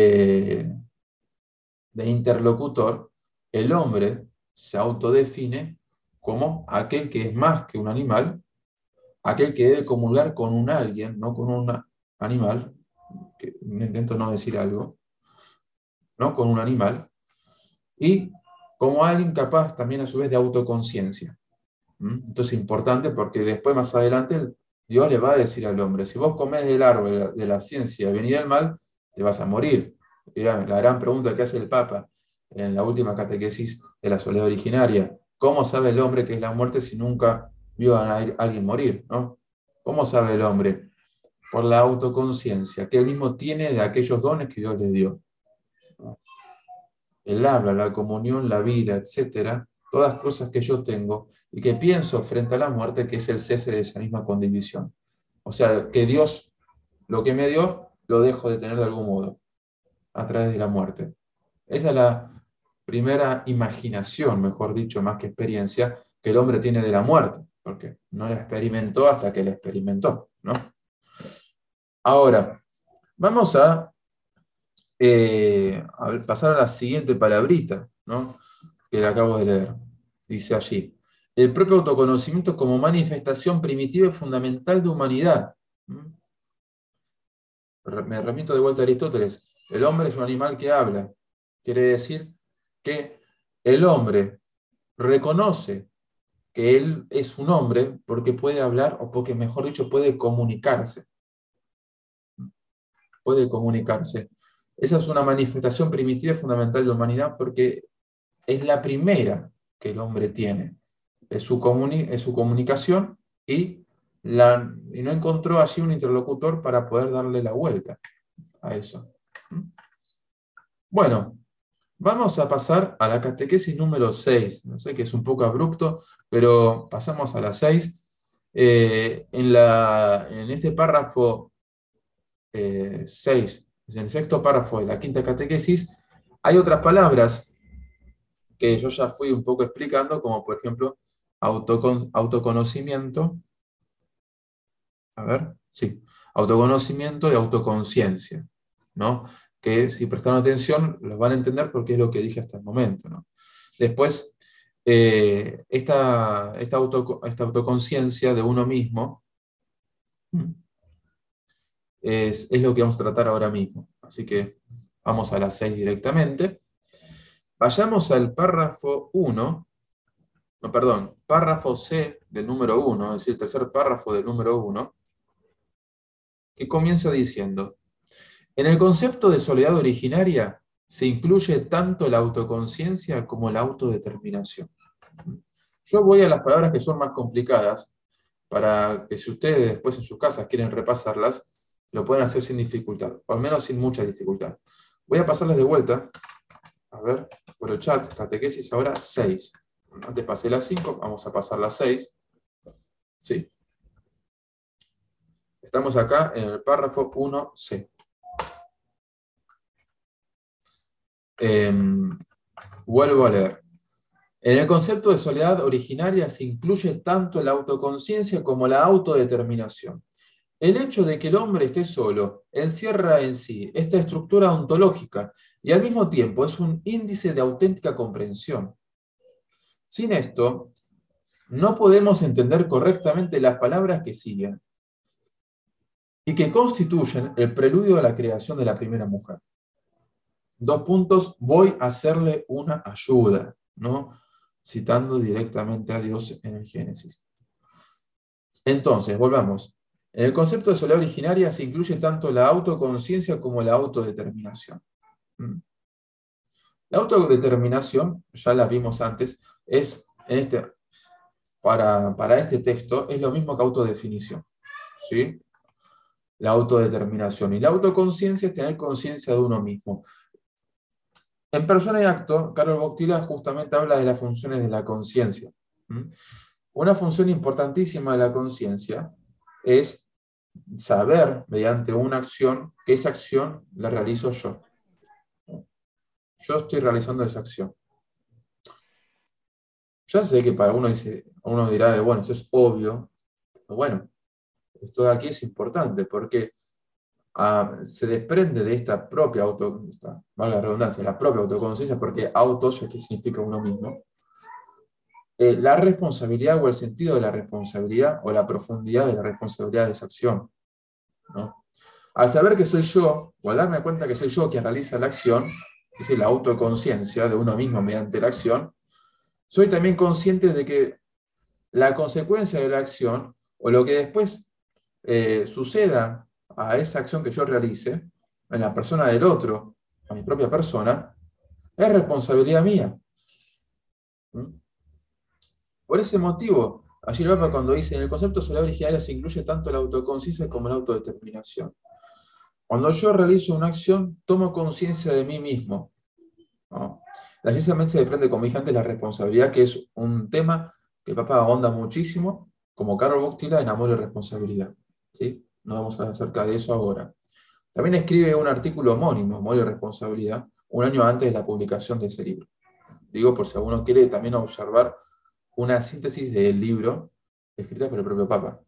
de interlocutor, el hombre se autodefine como aquel que es más que un animal, aquel que debe comulgar con un alguien, no con un animal, que intento no decir algo, ¿no?, con un animal, y como alguien capaz también a su vez de autoconciencia. Esto es importante porque después, más adelante, Dios le va a decir al hombre: si vos comés del árbol de la ciencia del bien y del mal, te vas a morir. Era la gran pregunta que hace el Papa en la última catequesis de la soledad originaria. ¿Cómo sabe el hombre qué es la muerte si nunca vio a alguien morir, ¿no? ¿Cómo sabe el hombre? Por la autoconciencia que él mismo tiene de aquellos dones que Dios le dio. El habla, la comunión, la vida, etcétera, todas cosas que yo tengo y que pienso frente a la muerte, que es el cese de esa misma condivisión. O sea, que Dios, lo que me dio, lo dejo de tener de algún modo, a través de la muerte. Esa es la primera imaginación, mejor dicho, más que experiencia, que el hombre tiene de la muerte, porque no la experimentó hasta que la experimentó, ¿no? Ahora, vamos a pasar a la siguiente palabrita, ¿no?, que le acabo de leer. Dice allí: el propio autoconocimiento como manifestación primitiva y fundamental de humanidad. Me remito de vuelta a Aristóteles. El hombre es un animal que habla. Quiere decir que el hombre reconoce que él es un hombre porque puede hablar, o porque, mejor dicho, puede comunicarse. Puede comunicarse. Esa es una manifestación primitiva y fundamental de la humanidad porque es la primera que el hombre tiene. Es su comunicación y no encontró allí un interlocutor para poder darle la vuelta a eso. Bueno, vamos a pasar a la catequesis número 6. No sé, que es un poco abrupto, pero pasamos a la 6. En este párrafo 6, en el sexto párrafo de la quinta catequesis, hay otras palabras que yo ya fui un poco explicando, como por ejemplo autoconocimiento. A ver, sí, autoconocimiento y autoconciencia, ¿no? Que si prestaron atención los van a entender porque es lo que dije hasta el momento, ¿no? Después, esta autoconciencia de uno mismo es lo que vamos a tratar ahora mismo. Así que vamos a las 6 directamente. Vayamos al párrafo 1, no, perdón, párrafo C del número 1, es decir, el tercer párrafo del número 1, que comienza diciendo: en el concepto de soledad originaria se incluye tanto la autoconciencia como la autodeterminación. Yo voy a las palabras que son más complicadas, para que si ustedes después en sus casas quieren repasarlas, lo pueden hacer sin dificultad, o al menos sin mucha dificultad. Voy a pasarles de vuelta, a ver, por el chat, catequesis ahora 6. Antes pasé la 5, vamos a pasar la 6. ¿Sí? Estamos acá en el párrafo 1C. Vuelvo a leer. En el concepto de soledad originaria se incluye tanto la autoconciencia como la autodeterminación. El hecho de que el hombre esté solo encierra en sí esta estructura ontológica y al mismo tiempo es un índice de auténtica comprensión. Sin esto, no podemos entender correctamente las palabras que siguen y que constituyen el preludio a la creación de la primera mujer. 2 puntos, voy a hacerle una ayuda, ¿no? Citando directamente a Dios en el Génesis. Entonces, volvamos. En el concepto de soledad originaria se incluye tanto la autoconciencia como la autodeterminación. La autodeterminación, ya la vimos antes, es para este texto es lo mismo que autodefinición, ¿sí? La autodeterminación. Y la autoconciencia es tener conciencia de uno mismo. En Persona y Acto, Karol Wojtyla justamente habla de las funciones de la conciencia. Una función importantísima de la conciencia es saber, mediante una acción, que esa acción la realizo yo. Yo estoy realizando esa acción. Ya sé que para uno dirá, bueno, esto es obvio, pero bueno, esto de aquí es importante porque se desprende de esta propia valga la redundancia, la propia autoconciencia, porque autos es que significa uno mismo, la responsabilidad o el sentido de la responsabilidad o la profundidad de la responsabilidad de esa acción, ¿no? Al saber que soy yo, o al darme cuenta que soy yo quien realiza la acción, es decir, la autoconciencia de uno mismo mediante la acción, soy también consciente de que la consecuencia de la acción, o lo que después suceda a esa acción que yo realice, en la persona del otro, a mi propia persona, es responsabilidad mía. ¿Mm? Por ese motivo, allí el Papa cuando dice, en el concepto solar originario se incluye tanto la autoconciencia como la autodeterminación. Cuando yo realizo una acción, tomo conciencia de mí mismo, ¿no? La ciencia también se desprende, como dije antes, la responsabilidad, que es un tema que el Papa ahonda muchísimo, como Karol Wojtyla en Amor y Responsabilidad. ¿Sí? No vamos a hablar acerca de eso ahora. También escribe un artículo homónimo, Amor y Responsabilidad, un año antes de la publicación de ese libro. Digo, por si alguno quiere también observar una síntesis del libro escrita por el propio Papa.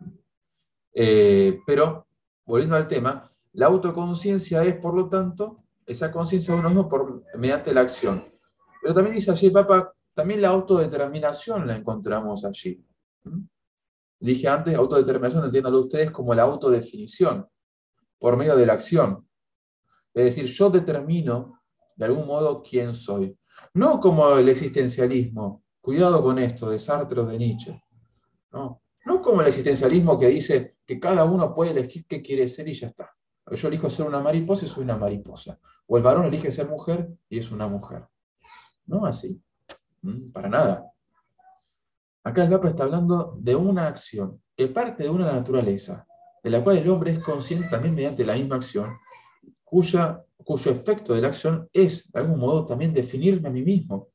Pero, volviendo al tema, la autoconciencia es, por lo tanto, esa conciencia de uno mismo mediante la acción. Pero también dice allí el Papa, también la autodeterminación la encontramos allí. ¿Mm? Dije antes, autodeterminación, entiéndalo ustedes como la autodefinición, por medio de la acción. Es decir, yo determino de algún modo quién soy. No como el existencialismo, cuidado con esto, de Sartre o de Nietzsche. No, no como el existencialismo que dice que cada uno puede elegir qué quiere ser y ya está. Yo elijo ser una mariposa y soy una mariposa. O el varón elige ser mujer y es una mujer. No así. Para nada. Acá el Papa está hablando de una acción que parte de una naturaleza, de la cual el hombre es consciente también mediante la misma acción, cuyo efecto de la acción es, de algún modo, también definirme a mí mismo.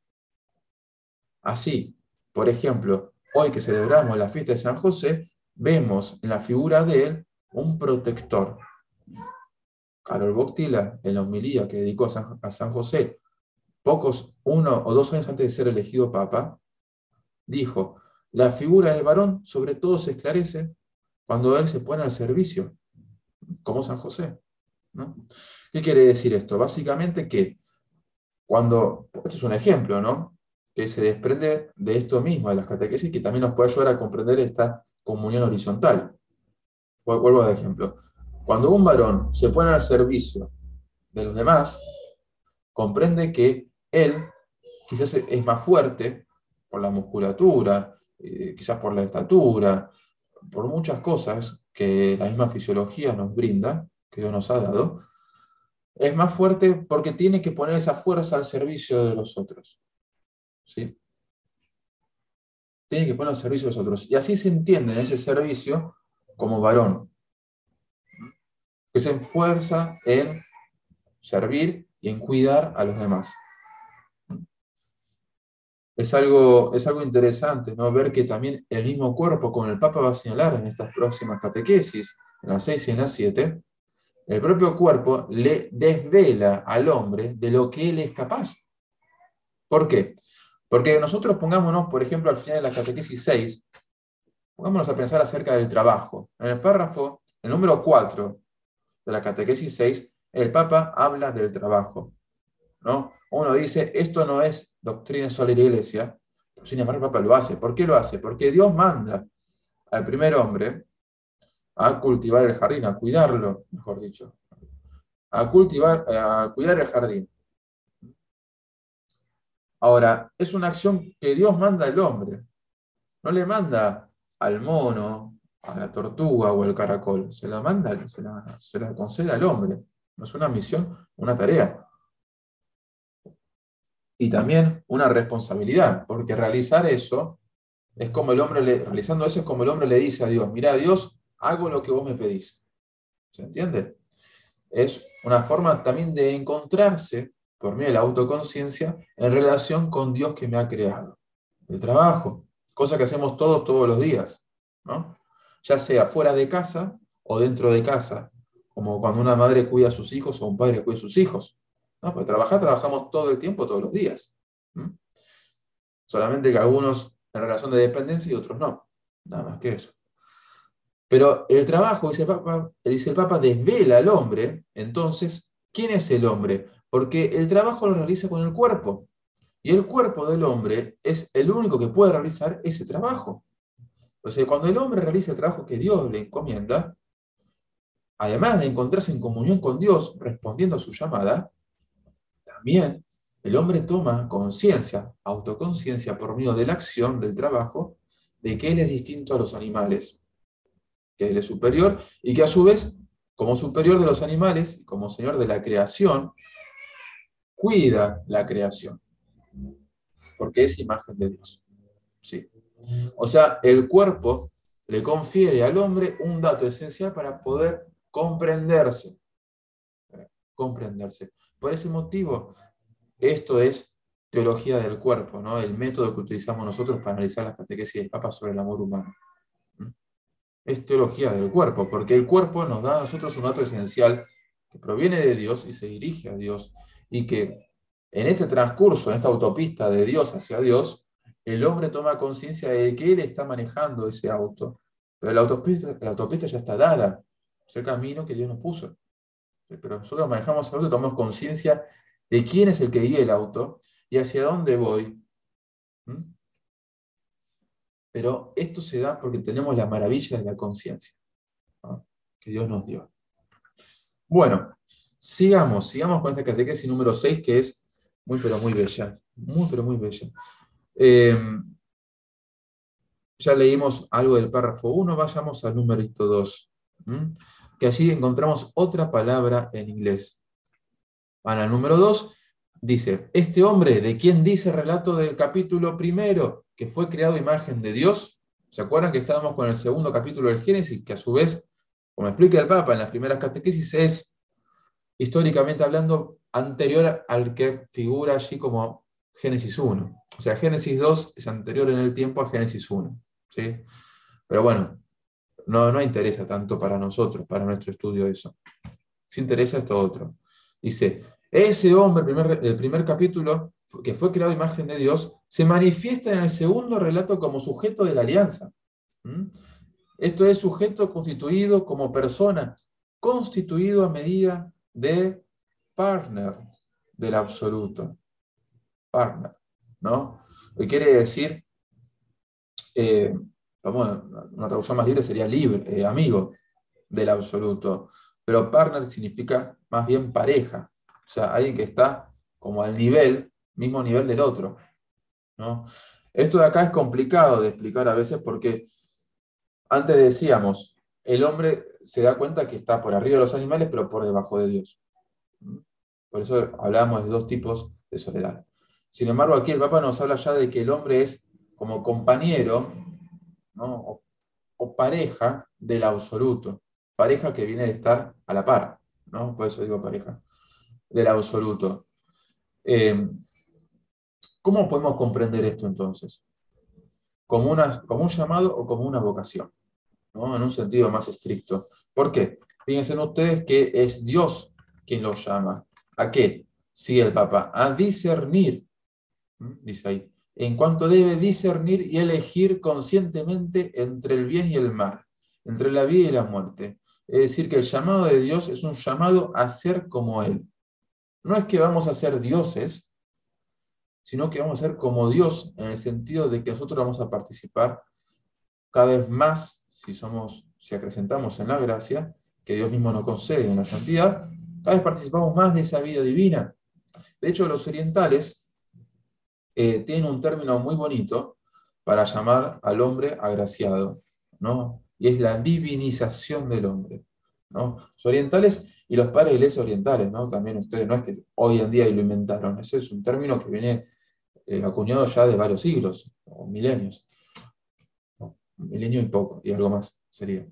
Así, por ejemplo, hoy que celebramos la fiesta de San José, vemos en la figura de él un protector. Karol Wojtyla, en la homilía que dedicó a San José, pocos, 1 o 2 años antes de ser elegido papa, dijo, la figura del varón sobre todo se esclarece cuando él se pone al servicio, como San José, ¿no? ¿Qué quiere decir esto? Básicamente que esto es un ejemplo, ¿no? Que se desprende de esto mismo, de las catequesis, que también nos puede ayudar a comprender esta comunión horizontal. Vuelvo de ejemplo. Cuando un varón se pone al servicio de los demás, comprende que él quizás es más fuerte por la musculatura, quizás por la estatura, por muchas cosas que la misma fisiología nos brinda, que Dios nos ha dado, es más fuerte porque tiene que poner esa fuerza al servicio de los otros. ¿Sí? Tiene que poner al servicio de los otros. Y así se entiende en ese servicio como varón, que se esfuerza en servir y en cuidar a los demás. Es algo interesante, ¿no? Ver que también el mismo cuerpo, como el Papa va a señalar en estas próximas catequesis, en las 6 y en las 7, el propio cuerpo le desvela al hombre de lo que él es capaz. ¿Por qué? Porque nosotros pongámonos, por ejemplo, al final de la catequesis 6, pongámonos a pensar acerca del trabajo. En el párrafo, el número 4 de la catequesis 6, el Papa habla del trabajo, ¿no? Uno dice, esto no es doctrina sola de la Iglesia, pero sin embargo el Papa lo hace. ¿Por qué lo hace? Porque Dios manda al primer hombre a cultivar el jardín, a cuidarlo, mejor dicho, a cuidar el jardín. Ahora, es una acción que Dios manda al hombre, no le manda al mono, a la tortuga o al caracol, se la manda, se la concede al hombre. No es una misión, una tarea. Y también una responsabilidad, porque realizar eso es como realizando eso es como el hombre le dice a Dios, mira Dios, hago lo que vos me pedís. ¿Se entiende? Es una forma también de encontrarse, por medio de la autoconciencia, en relación con Dios que me ha creado. El trabajo, cosa que hacemos todos los días, ¿no? Ya sea fuera de casa o dentro de casa, como cuando una madre cuida a sus hijos o un padre cuida a sus hijos. ¿No? Pues trabajamos todo el tiempo, todos los días. ¿Mm? solamente que algunos en relación de dependencia y otros no, nada más que eso. Pero el trabajo, dice el Papa, desvela al hombre. Entonces, ¿quién es el hombre? Porque el trabajo lo realiza con el cuerpo. Y el cuerpo del hombre es el único que puede realizar ese trabajo. O sea, cuando el hombre realiza el trabajo que Dios le encomienda, además de encontrarse en comunión con Dios respondiendo a su llamada, también el hombre toma conciencia, autoconciencia por medio de la acción, del trabajo, de que él es distinto a los animales, que él es superior y que a su vez, como superior de los animales, como señor de la creación, cuida la creación, porque es imagen de Dios. Sí. O sea, el cuerpo le confiere al hombre un dato esencial para poder comprenderse. Comprenderse. Por ese motivo, esto es teología del cuerpo, ¿no? El método que utilizamos nosotros para analizar las catequesis del Papa sobre el amor humano. Es teología del cuerpo, porque el cuerpo nos da a nosotros un dato esencial que proviene de Dios y se dirige a Dios, y que en este transcurso, en esta autopista de Dios hacia Dios, el hombre toma conciencia de que él está manejando ese auto, pero la autopista ya está dada, es el camino que Dios nos puso. Pero nosotros manejamos el auto y tomamos conciencia de quién es el que guía el auto y hacia dónde voy. ¿Mm? Pero esto se da porque tenemos la maravilla de la conciencia, ¿no?, que Dios nos dio. Bueno, sigamos con esta catequesis número 6, que es muy pero muy bella. Muy pero muy bella. Ya leímos algo del párrafo 1, vayamos al numerito 2. Que allí encontramos otra palabra en inglés. Van al número 2, dice, este hombre, ¿de quién dice el relato del capítulo primero, que fue creado imagen de Dios? ¿Se acuerdan que estábamos con el segundo capítulo del Génesis, que a su vez, como explica el Papa en las primeras catequesis, es, históricamente hablando, anterior al que figura allí como Génesis 1. O sea, Génesis 2 es anterior en el tiempo a Génesis 1. ¿Sí? Pero bueno, no interesa tanto para nosotros, para nuestro estudio eso. Si interesa esto otro. Dice, ese hombre, el primer capítulo, que fue creado a imagen de Dios, se manifiesta en el segundo relato como sujeto de la alianza. Esto es sujeto constituido como persona, constituido a medida de partner del absoluto. Partner, ¿no? Lo que quiere decir, una traducción más libre sería libre, amigo del absoluto. Pero partner significa más bien pareja. O sea, alguien que está como al mismo nivel del otro, ¿no? Esto de acá es complicado de explicar a veces porque antes decíamos, el hombre se da cuenta que está por arriba de los animales, pero por debajo de Dios. Por eso hablábamos de dos tipos de soledad. Sin embargo, aquí el Papa nos habla ya de que el hombre es como compañero, ¿no?, o pareja del absoluto. Pareja que viene de estar a la par, ¿no? Por eso digo pareja, del absoluto. ¿Cómo podemos comprender esto entonces? ¿Como un llamado o como una vocación? ¿No? En un sentido más estricto. ¿Por qué? Fíjense ustedes que es Dios quien los llama. ¿A qué? Sigue el Papa. A discernir. Dice ahí. En cuanto debe discernir y elegir conscientemente entre el bien y el mal, entre la vida y la muerte. Es decir, que el llamado de Dios es un llamado a ser como Él. No es que vamos a ser dioses, sino que vamos a ser como Dios, en el sentido de que nosotros vamos a participar cada vez más, si acrecentamos en la gracia, que Dios mismo nos concede en la santidad, cada vez participamos más de esa vida divina. De hecho, los orientales tienen un término muy bonito para llamar al hombre agraciado, ¿no? Y es la divinización del hombre, ¿no? Los orientales y los padres de iglesia orientales, ¿no? También ustedes, no es que hoy en día lo inventaron, ese es un término que viene acuñado ya de varios siglos, o milenios. ¿No? Un milenio y poco, y algo más sería.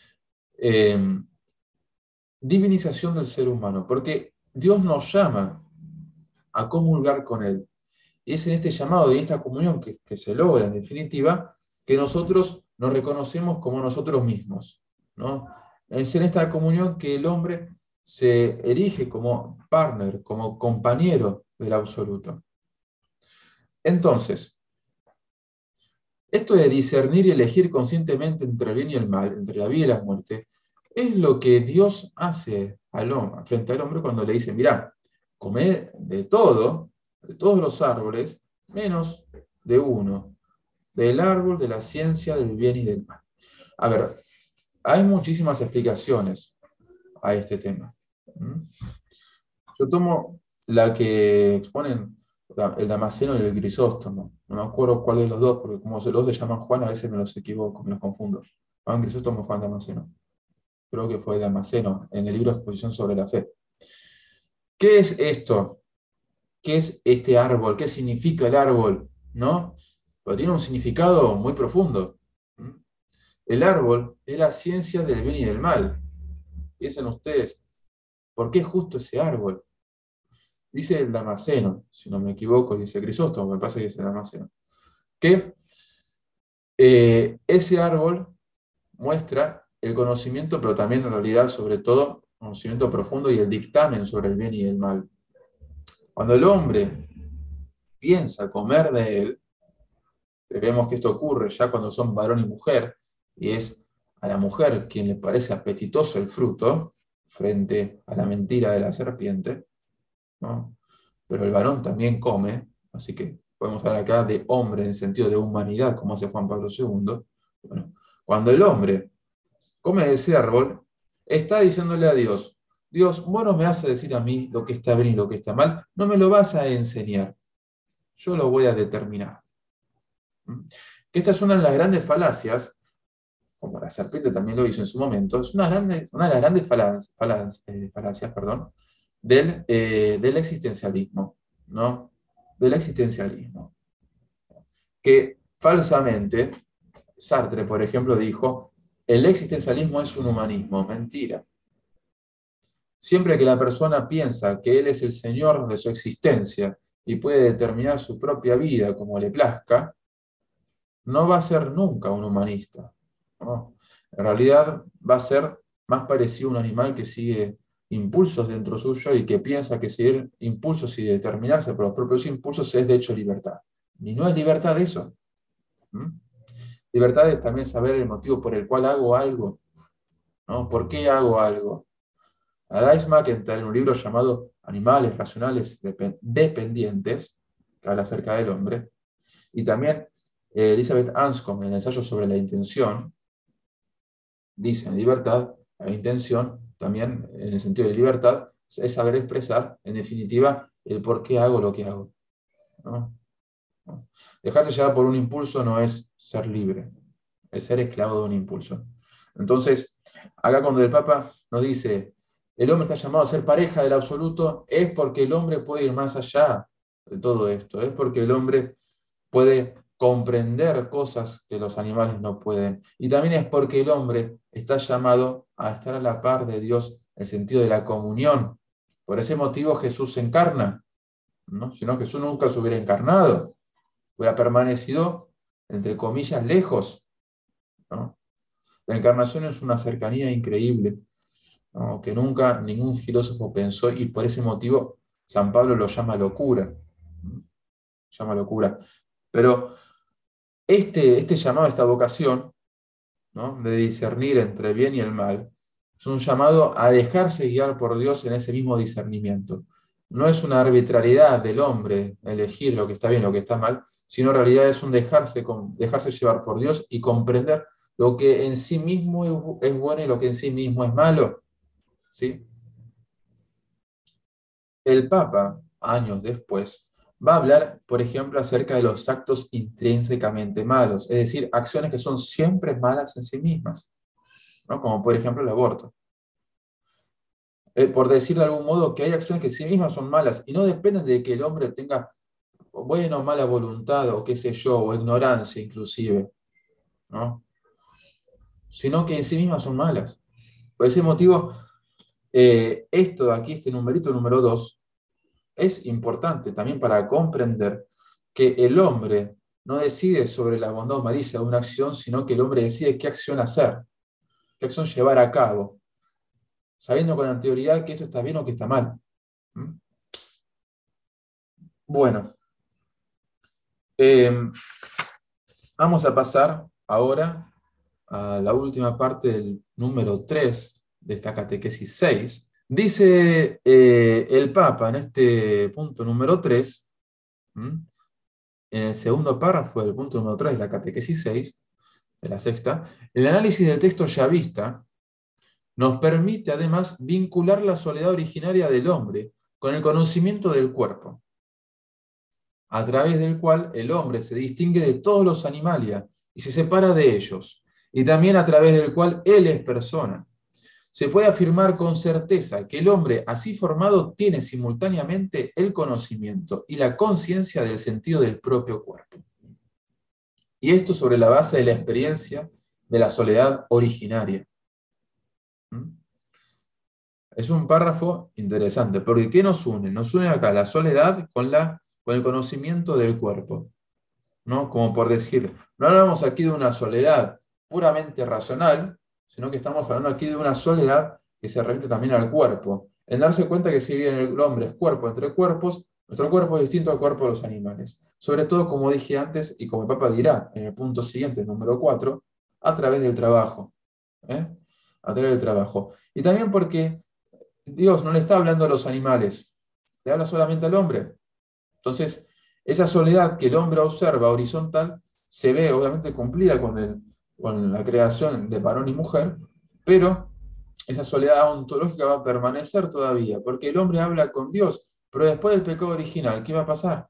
Divinización del ser humano, porque Dios nos llama a comulgar con Él. Y es en este llamado y esta comunión que se logra, en definitiva, que nosotros nos reconocemos como nosotros mismos, ¿no? Es en esta comunión que el hombre se erige como partner, como compañero del absoluto. Entonces, Esto de discernir y elegir conscientemente entre el bien y el mal, entre la vida y la muerte, es lo que Dios hace al hombre, frente al hombre cuando le dice, mirá, come de todo, de todos los árboles, menos de uno, del árbol de la ciencia del bien y del mal. A ver, hay muchísimas explicaciones a este tema. Yo tomo la que exponen el Damasceno y el Grisóstomo. No me acuerdo cuál de los dos, porque como los dos se llaman Juan, a veces me los equivoco, me los confundo. Juan Grisóstomo, Juan Damasceno. Creo que fue Damasceno, en el libro Exposición sobre la Fe. ¿Qué es esto? ¿Qué es este árbol? ¿Qué significa el árbol? ¿No? Pero tiene un significado muy profundo. El árbol es la ciencia del bien y del mal. Piensen ustedes, ¿por qué justo ese árbol? Dice el Damasceno, si no me equivoco, dice Crisóstomo, me parece que es el Damasceno, que ese árbol muestra el conocimiento, pero también en realidad, sobre todo, conocimiento profundo y el dictamen sobre el bien y el mal. Cuando el hombre piensa comer de él, vemos que esto ocurre ya cuando son varón y mujer, y es a la mujer quien le parece apetitoso el fruto, frente a la mentira de la serpiente, ¿no? Pero el varón también come, así que podemos hablar acá de hombre en el sentido de humanidad, como hace Juan Pablo II. Bueno, cuando el hombre come de ese árbol, está diciéndole a Dios, Dios, vos no me vas a decir a mí lo que está bien y lo que está mal, no me lo vas a enseñar, yo lo voy a determinar. Que esta es una de las grandes falacias, como la serpiente también lo hizo en su momento, es una de las grandes falacias, perdón, del existencialismo, ¿no? Del existencialismo. Que falsamente, Sartre, por ejemplo, dijo, el existencialismo es un humanismo. Mentira. Siempre que la persona piensa que él es el señor de su existencia y puede determinar su propia vida como le plazca, no va a ser nunca un humanista, ¿no? En realidad va a ser más parecido a un animal que sigue impulsos dentro suyo y que piensa que seguir impulsos y determinarse por los propios impulsos es de hecho libertad. Y no es libertad eso. ¿Mm? Libertad es también saber el motivo por el cual hago algo, ¿no? ¿Por qué hago algo? Adais McIntyre, en un libro llamado Animales racionales dependientes, que habla acerca del hombre, y también Elizabeth Anscombe, en el ensayo sobre la intención, dice en libertad, la intención, también en el sentido de libertad, es saber expresar, en definitiva, el por qué hago lo que hago, ¿no? ¿No? Dejarse llevar por un impulso no es ser libre, es ser esclavo de un impulso. Entonces, acá cuando el Papa nos dice, el hombre está llamado a ser pareja del absoluto, es porque el hombre puede ir más allá de todo esto, es porque el hombre puede comprender cosas que los animales no pueden. Y también es porque el hombre está llamado a estar a la par de Dios en el sentido de la comunión. Por ese motivo Jesús se encarna, ¿no? Si no, Jesús nunca se hubiera encarnado, hubiera permanecido, entre comillas, lejos, ¿no? La encarnación es una cercanía increíble, ¿no? Que nunca ningún filósofo pensó, y por ese motivo San Pablo lo llama locura. Llama locura. Pero este llamado, esta vocación, ¿no? De discernir entre el bien y el mal, es un llamado a dejarse guiar por Dios en ese mismo discernimiento. No es una arbitrariedad del hombre elegir lo que está bien, lo que está mal, sino en realidad es un dejarse llevar por Dios y comprender lo que en sí mismo es bueno y lo que en sí mismo es malo. ¿Sí? El Papa, años después, va a hablar, por ejemplo, acerca de los actos intrínsecamente malos, es decir, acciones que son siempre malas en sí mismas, ¿no? Como por ejemplo el aborto. Por decir de algún modo que hay acciones que en sí mismas son malas y no dependen de que el hombre tenga buena o mala voluntad o qué sé yo, o ignorancia inclusive, ¿no? Sino que en sí mismas son malas. Por ese motivo, esto de aquí, este numerito número 2, es importante también para comprender que el hombre no decide sobre la bondad o malicia de una acción, sino que el hombre decide qué acción hacer, qué acción llevar a cabo, sabiendo con anterioridad que esto está bien o que está mal. ¿Mm? Bueno, Vamos a pasar ahora a la última parte del número 3 de esta catequesis 6. Dice el Papa en este punto número 3, en el segundo párrafo del punto número 3 de la catequesis 6, de la sexta, el análisis del texto yavista nos permite además vincular la soledad originaria del hombre con el conocimiento del cuerpo, a través del cual el hombre se distingue de todos los animalia y se separa de ellos, y también a través del cual él es persona. Se puede afirmar con certeza que el hombre así formado tiene simultáneamente el conocimiento y la conciencia del sentido del propio cuerpo. Y esto sobre la base de la experiencia de la soledad originaria. Es un párrafo interesante, porque ¿qué nos une? Nos une acá la soledad con el conocimiento del cuerpo, ¿no? Como por decir, no hablamos aquí de una soledad puramente racional, sino que estamos hablando aquí de una soledad que se remite también al cuerpo, en darse cuenta que si bien el hombre es cuerpo entre cuerpos, nuestro cuerpo es distinto al cuerpo de los animales. Sobre todo, como dije antes, y como el Papa dirá en el punto siguiente, el número 4, a través del trabajo. A través del trabajo. Y también porque Dios no le está hablando a los animales, le habla solamente al hombre. Entonces, esa soledad que el hombre observa horizontal se ve obviamente cumplida con la creación de varón y mujer, pero esa soledad ontológica va a permanecer todavía, porque el hombre habla con Dios, pero después del pecado original, ¿qué va a pasar?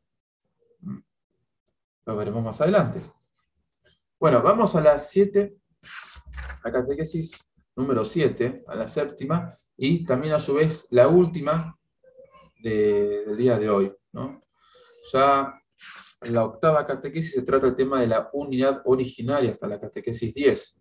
Lo veremos más adelante. Bueno, vamos a las 7, la catequesis número 7, a la séptima, y también a su vez la última del día de hoy, ¿no? Ya en la octava catequesis se trata el tema de la unidad originaria hasta la catequesis 10.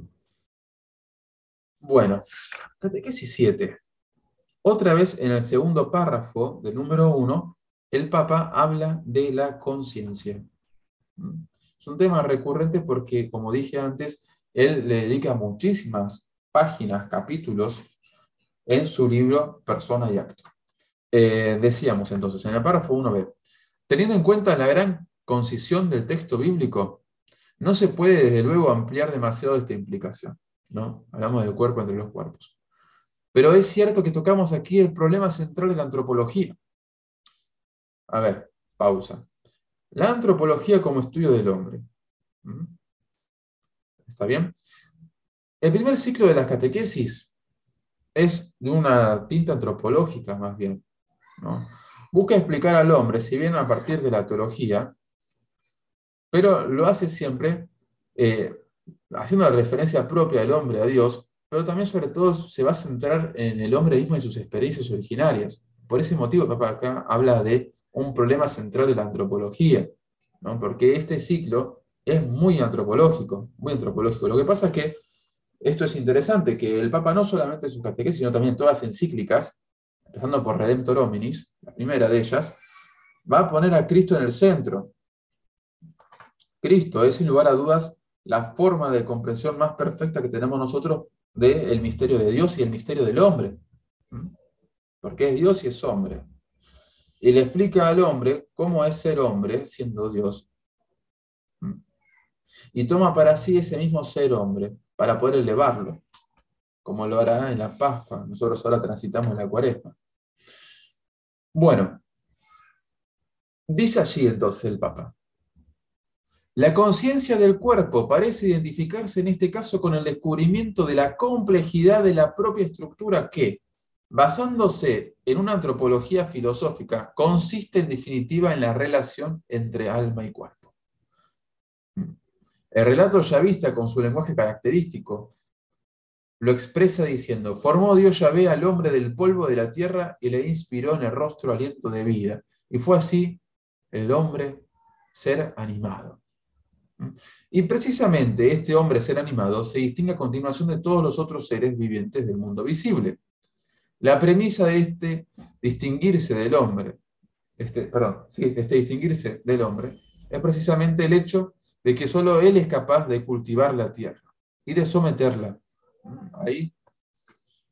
Bueno, catequesis 7. Otra vez en el segundo párrafo del número 1, el Papa habla de la conciencia. Es un tema recurrente porque, como dije antes, él le dedica muchísimas páginas, capítulos, en su libro Persona y Acto. Decíamos entonces, en el párrafo 1b, teniendo en cuenta la gran concisión del texto bíblico, no se puede desde luego ampliar demasiado esta implicación, ¿no? Hablamos del cuerpo entre los cuerpos. Pero es cierto que tocamos aquí el problema central de la antropología. A ver, pausa. La antropología como estudio del hombre. ¿Está bien? El primer ciclo de las catequesis es de una tinta antropológica, más bien, ¿no? Busca explicar al hombre, si bien a partir de la teología, pero lo hace siempre haciendo la referencia propia del hombre a Dios, pero también sobre todo se va a centrar en el hombre mismo y sus experiencias originarias. Por ese motivo, el Papa acá habla de un problema central de la antropología, ¿no? Porque este ciclo es muy antropológico, muy antropológico. Lo que pasa es que esto es interesante, que el Papa no solamente en sus catequesis, sino también en todas las encíclicas, empezando por Redemptor Hominis, la primera de ellas, va a poner a Cristo en el centro. Cristo es, sin lugar a dudas, la forma de comprensión más perfecta que tenemos nosotros del misterio de Dios y el misterio del hombre. Porque es Dios y es hombre. Y le explica al hombre cómo es ser hombre siendo Dios. Y toma para sí ese mismo ser hombre para poder elevarlo, como lo hará en la Pascua. Nosotros ahora transitamos la Cuaresma. Bueno, dice allí entonces el Papa: la conciencia del cuerpo parece identificarse en este caso con el descubrimiento de la complejidad de la propia estructura que, basándose en una antropología filosófica, consiste en definitiva en la relación entre alma y cuerpo. El relato yavista, con su lenguaje característico, lo expresa diciendo: formó Dios Yahvé al hombre del polvo de la tierra y le inspiró en el rostro aliento de vida. Y fue así el hombre ser animado. Y precisamente este hombre ser animado se distingue a continuación de todos los otros seres vivientes del mundo visible. La premisa de este distinguirse del hombre, distinguirse del hombre, es precisamente el hecho de que solo él es capaz de cultivar la tierra y de someterla.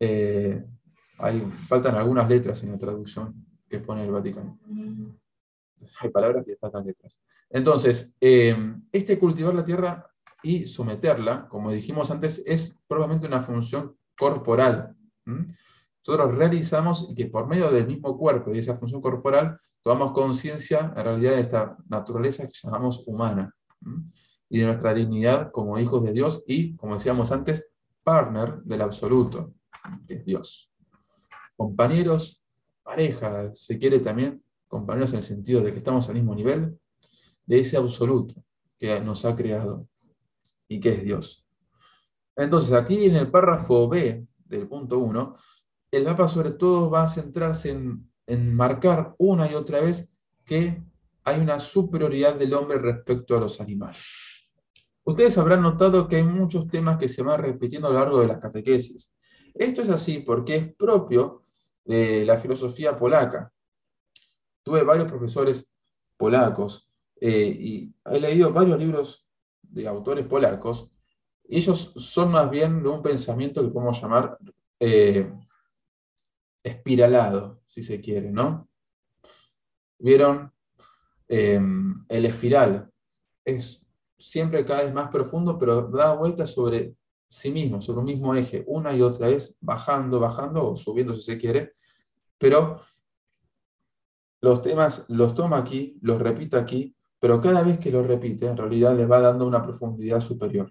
Ahí faltan algunas letras en la traducción que pone el Vaticano. Hay palabras que le faltan letras. Entonces, cultivar la tierra y someterla, como dijimos antes, es probablemente una función corporal. ¿Mm? Nosotros realizamos que por medio del mismo cuerpo y esa función corporal, tomamos conciencia en realidad de esta naturaleza que llamamos humana. ¿Mm? Y de nuestra dignidad como hijos de Dios y, como decíamos antes, partner del absoluto, que es Dios. Compañeros, pareja, se quiere también, compañeros en el sentido de que estamos al mismo nivel de ese absoluto que nos ha creado y que es Dios. Entonces, aquí en el párrafo B del punto 1, el Papa sobre todo va a centrarse en marcar una y otra vez que hay una superioridad del hombre respecto a los animales. Ustedes habrán notado que hay muchos temas que se van repitiendo a lo largo de las catequesis. Esto es así porque es propio de la filosofía polaca. Tuve varios profesores polacos y he leído varios libros de autores polacos. Y ellos son más bien de un pensamiento que podemos llamar eh, espiralado, si se quiere, ¿no? ¿Vieron? El espiral es siempre cada vez más profundo, pero da vueltas sobre sí mismo, sobre un mismo eje, una y otra vez, bajando, bajando o subiendo si se quiere, pero los temas los toma aquí, los repite aquí, pero cada vez que los repite, en realidad le va dando una profundidad superior.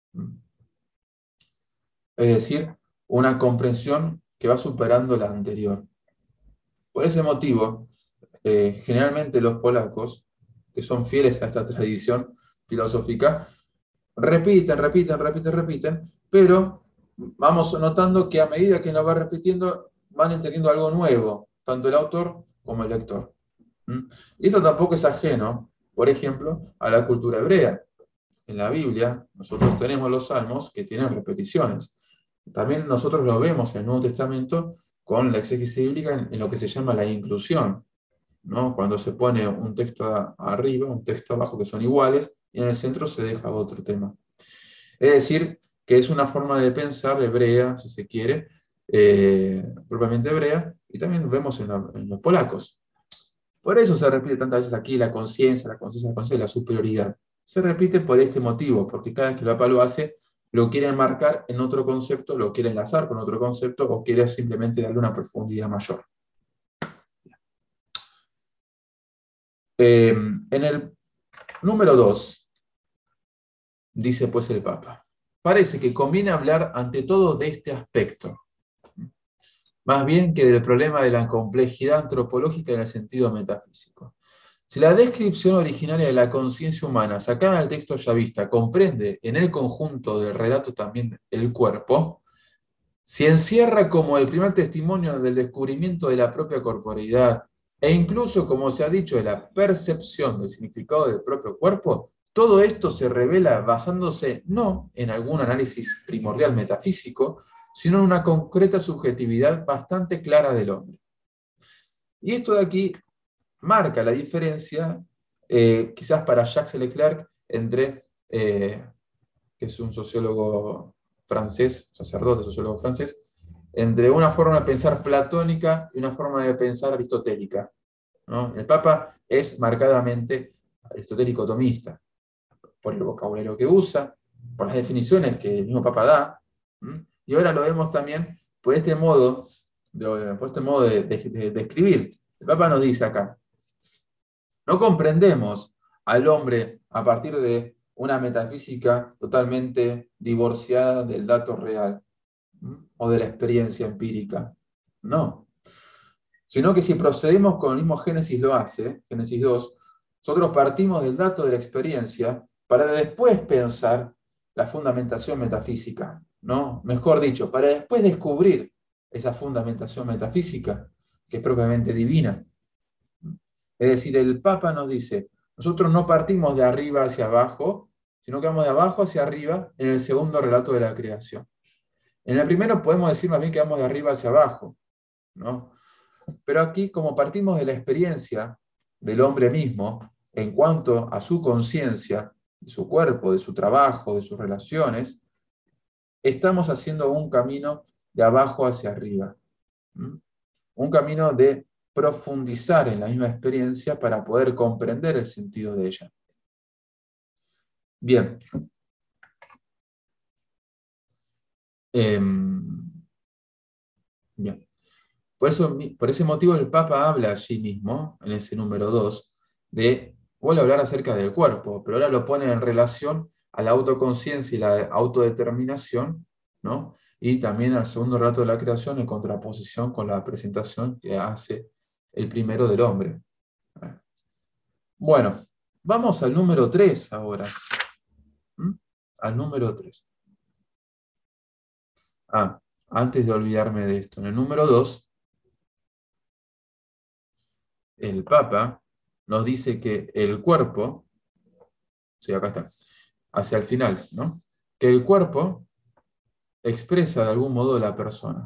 Es decir, una comprensión que va superando la anterior. Por ese motivo, generalmente los polacos, que son fieles a esta tradición filosófica, repiten, repiten, repiten, repiten, pero vamos notando que a medida que lo va repitiendo, van entendiendo algo nuevo, tanto el autor como el lector. ¿Mm? Y eso tampoco es ajeno, por ejemplo, a la cultura hebrea. En la Biblia, nosotros tenemos los salmos que tienen repeticiones. También nosotros lo vemos en el Nuevo Testamento con la exégesis bíblica en lo que se llama la inclusión, ¿no? Cuando se pone un texto arriba, un texto abajo que son iguales, y en el centro se deja otro tema. Es decir, que es una forma de pensar hebrea, si se quiere, propiamente hebrea, y también lo vemos en los polacos. Por eso se repite tantas veces aquí la conciencia, la conciencia, la conciencia, la superioridad. Se repite por este motivo, porque cada vez que el Papa lo hace, lo quiere enmarcar en otro concepto, lo quiere enlazar con otro concepto, o quiere simplemente darle una profundidad mayor. En el número 2, dice pues el Papa, parece que conviene hablar ante todo de este aspecto, más bien que del problema de la complejidad antropológica en el sentido metafísico. Si la descripción originaria de la conciencia humana, sacada del texto yavista, comprende en el conjunto del relato también el cuerpo, si encierra como el primer testimonio del descubrimiento de la propia corporeidad, e incluso, como se ha dicho, de la percepción del significado del propio cuerpo, todo esto se revela basándose no en algún análisis primordial metafísico, sino en una concreta subjetividad bastante clara del hombre. Y esto de aquí marca la diferencia, quizás para Jacques Leclerc, entre, que es un sociólogo francés, sacerdote, sociólogo francés, entre una forma de pensar platónica y una forma de pensar aristotélica, ¿no? El Papa es marcadamente aristotélico tomista, por el vocabulario que usa, por las definiciones que el mismo Papa da, y ahora lo vemos también por este modo de escribir. El Papa nos dice acá, no comprendemos al hombre a partir de una metafísica totalmente divorciada del dato real, o de la experiencia empírica. No. Sino que si procedemos con el mismo Génesis lo hace, Génesis 2, nosotros partimos del dato de la experiencia para después pensar la fundamentación metafísica, ¿no? Mejor dicho, para después descubrir esa fundamentación metafísica que es propiamente divina. Es decir, el Papa nos dice, nosotros no partimos de arriba hacia abajo, sino que vamos de abajo hacia arriba en el segundo relato de la creación. En el primero podemos decir más bien que vamos de arriba hacia abajo, ¿no? Pero aquí, como partimos de la experiencia del hombre mismo, en cuanto a su conciencia, de su cuerpo, de su trabajo, de sus relaciones, estamos haciendo un camino de abajo hacia arriba. Un camino de profundizar en la misma experiencia para poder comprender el sentido de ella. Bien. Bien. Por ese motivo el Papa habla allí mismo, en ese número 2, vuelve a hablar acerca del cuerpo, pero ahora lo pone en relación a la autoconciencia y la autodeterminación, ¿no? Y también al segundo relato de la creación en contraposición con la presentación que hace el primero del hombre. Bueno, vamos al número 3 ahora. Al número 3. Antes de olvidarme de esto, en el número 2, el Papa nos dice que el cuerpo, sí, acá está, hacia el final, ¿no? Que el cuerpo expresa de algún modo la persona.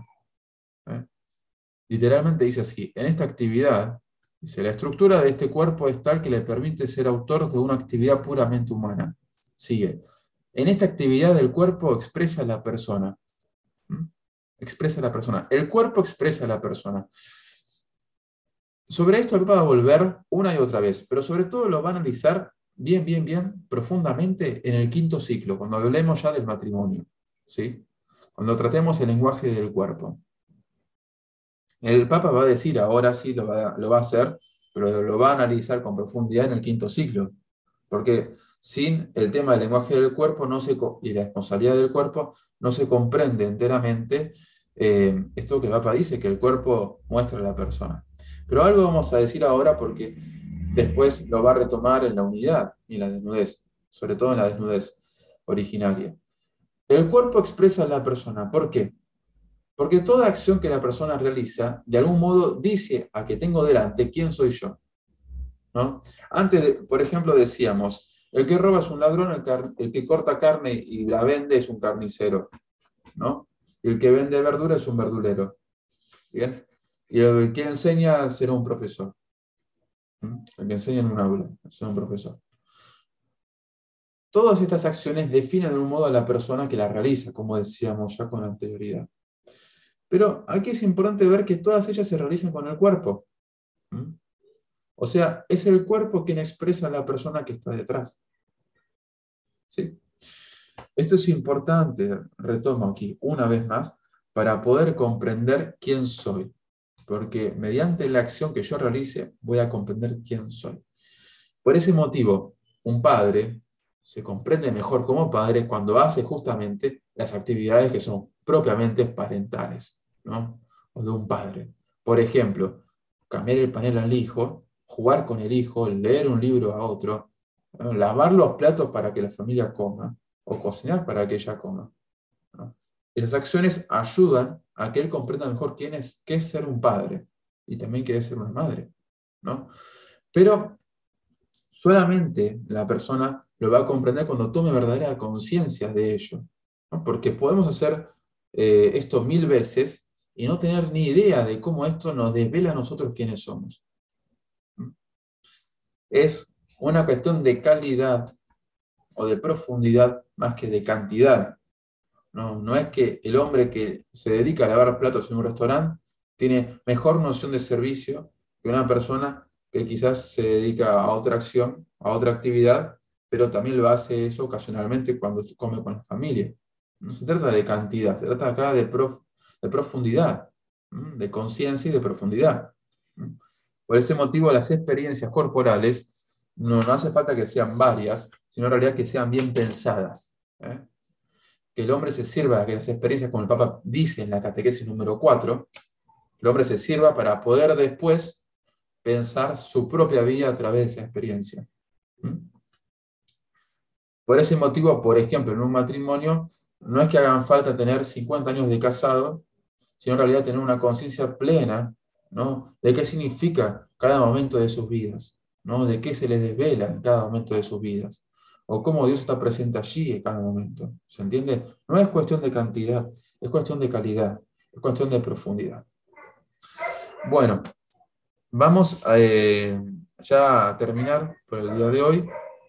Literalmente dice así: en esta actividad, dice, la estructura de este cuerpo es tal que le permite ser autor de una actividad puramente humana. Sigue. En esta actividad el cuerpo expresa la persona. Expresa la persona. El cuerpo expresa la persona. Sobre esto el Papa va a volver una y otra vez, pero sobre todo lo va a analizar bien profundamente en el quinto ciclo, cuando hablemos ya del matrimonio, ¿sí? Cuando tratemos el lenguaje del cuerpo. El Papa va a decir, ahora sí lo va a hacer, pero lo va a analizar con profundidad en el quinto ciclo, porque sin el tema del lenguaje del cuerpo y la responsabilidad del cuerpo no se comprende enteramente esto que el Papa dice, que el cuerpo muestra a la persona. Pero algo vamos a decir ahora porque después lo va a retomar en la unidad y en la desnudez, sobre todo en la desnudez originaria. El cuerpo expresa a la persona. ¿Por qué? Porque toda acción que la persona realiza, de algún modo dice a que tengo delante quién soy yo, ¿no? Antes, por ejemplo, decíamos, el que roba es un ladrón, el que corta carne y la vende es un carnicero, ¿no? Y el que vende verdura es un verdulero. ¿Bien? Y el que enseña será un profesor. El que enseña en un aula será un profesor. Todas estas acciones definen de un modo a la persona que la realiza, como decíamos ya con anterioridad. Pero aquí es importante ver que todas ellas se realizan con el cuerpo. O sea, es el cuerpo quien expresa a la persona que está detrás. ¿Sí? Esto es importante, retomo aquí una vez más, para poder comprender quién soy. Porque mediante la acción que yo realice, voy a comprender quién soy. Por ese motivo, un padre se comprende mejor como padre cuando hace justamente las actividades que son propiamente parentales, ¿no? O de un padre. Por ejemplo, cambiar el panel al hijo, jugar con el hijo, leer un libro a otro, ¿no? Lavar los platos para que la familia coma, o cocinar para que ella coma, ¿no? Esas acciones ayudan a que él comprenda mejor qué es ser un padre y también qué es ser una madre, ¿no? Pero solamente la persona lo va a comprender cuando tome verdadera conciencia de ello, ¿no? Porque podemos hacer esto 1000 veces y no tener ni idea de cómo esto nos desvela a nosotros quiénes somos. Es una cuestión de calidad o de profundidad más que de cantidad. No es que el hombre que se dedica a lavar platos en un restaurante tiene mejor noción de servicio que una persona que quizás se dedica a otra acción, a otra actividad, pero también lo hace eso ocasionalmente cuando come con la familia. No se trata de cantidad, se trata acá de profundidad, de conciencia y de profundidad. Por ese motivo, las experiencias corporales no hace falta que sean varias, sino en realidad que sean bien pensadas. Que el hombre se sirva, que las experiencias, como el Papa dice en la catequesis número 4, que el hombre se sirva para poder después pensar su propia vida a través de esa experiencia. Por ese motivo, por ejemplo, en un matrimonio, no es que hagan falta tener 50 años de casado, sino en realidad tener una conciencia plena, ¿no? De qué significa cada momento de sus vidas, ¿no? De qué se les desvela en cada momento de sus vidas, o cómo Dios está presente allí en cada momento. ¿Se entiende? No es cuestión de cantidad, es cuestión de calidad, es cuestión de profundidad. Bueno, vamos ya a terminar por el día de hoy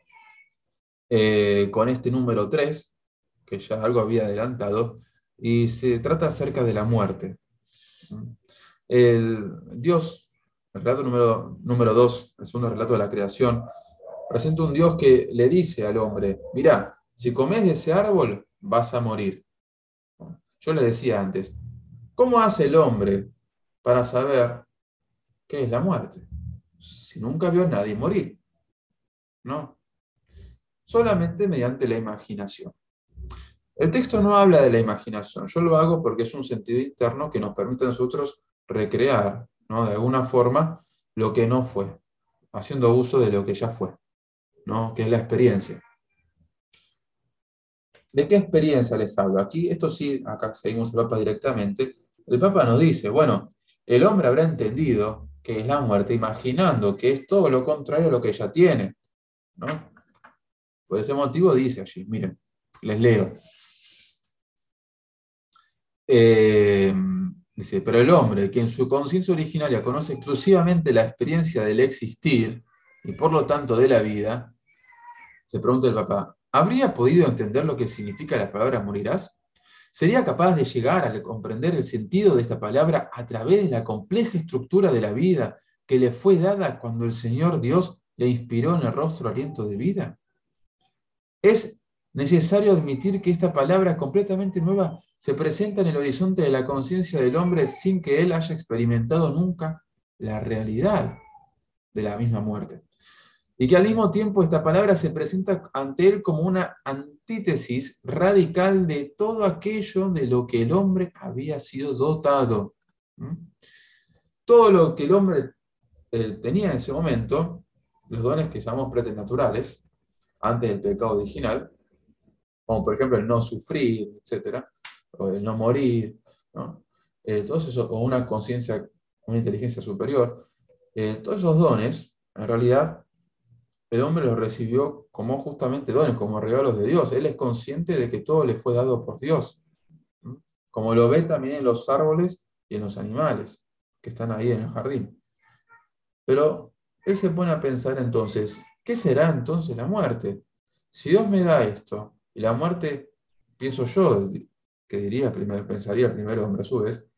con este número 3, que ya algo había adelantado, y se trata acerca de la muerte. Dios el relato número 2, el segundo relato de la creación, presenta un Dios que le dice al hombre, mirá, si comes de ese árbol, vas a morir. Yo le decía antes, ¿cómo hace el hombre para saber qué es la muerte? Si nunca vio a nadie morir, ¿no? Solamente mediante la imaginación. El texto no habla de la imaginación, yo lo hago porque es un sentido interno que nos permite a nosotros recrear, ¿no? De alguna forma, lo que no fue, haciendo uso de lo que ya fue, ¿no? Que es la experiencia. ¿De qué experiencia les hablo? Aquí, esto sí, acá seguimos el Papa directamente. El Papa nos dice, bueno, el hombre habrá entendido que es la muerte, imaginando que es todo lo contrario a lo que ya tiene, ¿no? Por ese motivo dice allí, miren, les leo. Eh, Dice, pero el hombre, que en su conciencia originaria conoce exclusivamente la experiencia del existir y por lo tanto de la vida, se pregunta el Papa, ¿habría podido entender lo que significa la palabra morirás? ¿Sería capaz de llegar a comprender el sentido de esta palabra a través de la compleja estructura de la vida que le fue dada cuando el Señor Dios le inspiró en el rostro aliento de vida? Es necesario admitir que esta palabra completamente nueva se presenta en el horizonte de la conciencia del hombre sin que él haya experimentado nunca la realidad de la misma muerte. Y que al mismo tiempo esta palabra se presenta ante él como una antítesis radical de todo aquello de lo que el hombre había sido dotado. ¿Mm? Todo lo que el hombre tenía en ese momento, los dones que llamamos preternaturales, antes del pecado original, como por ejemplo el no sufrir, etcétera, o el no morir, ¿no? Todo eso, o una conciencia, una inteligencia superior, todos esos dones, en realidad, el hombre los recibió como justamente dones, como regalos de Dios. Él es consciente de que todo le fue dado por Dios, ¿no? Como lo ve también en los árboles y en los animales que están ahí en el jardín. Pero él se pone a pensar entonces, ¿qué será entonces la muerte? Si Dios me da esto, y la muerte, pienso yo, que diría primero, pensaría el primer hombre a su vez,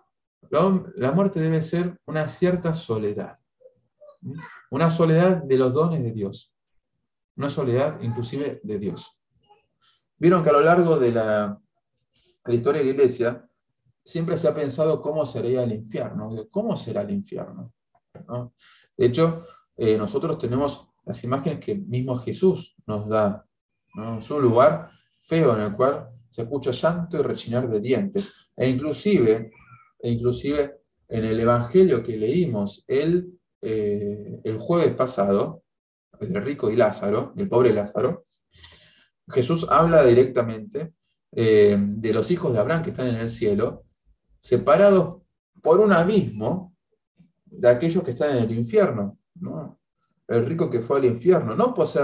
la muerte debe ser una cierta soledad. ¿Mm? Una soledad de los dones de Dios. Una soledad inclusive de Dios. Vieron que a lo largo de la historia de la Iglesia siempre se ha pensado cómo sería el infierno. ¿Cómo será el infierno? ¿No? De hecho, nosotros tenemos las imágenes que mismo Jesús nos da, ¿no? Es un lugar feo en el cual se escucha llanto y rechinar de dientes. E inclusive en el Evangelio que leímos el jueves pasado, el rico y Lázaro, el pobre Lázaro, Jesús habla directamente de los hijos de Abraham que están en el cielo, separados por un abismo de aquellos que están en el infierno, ¿no? El rico que fue al infierno,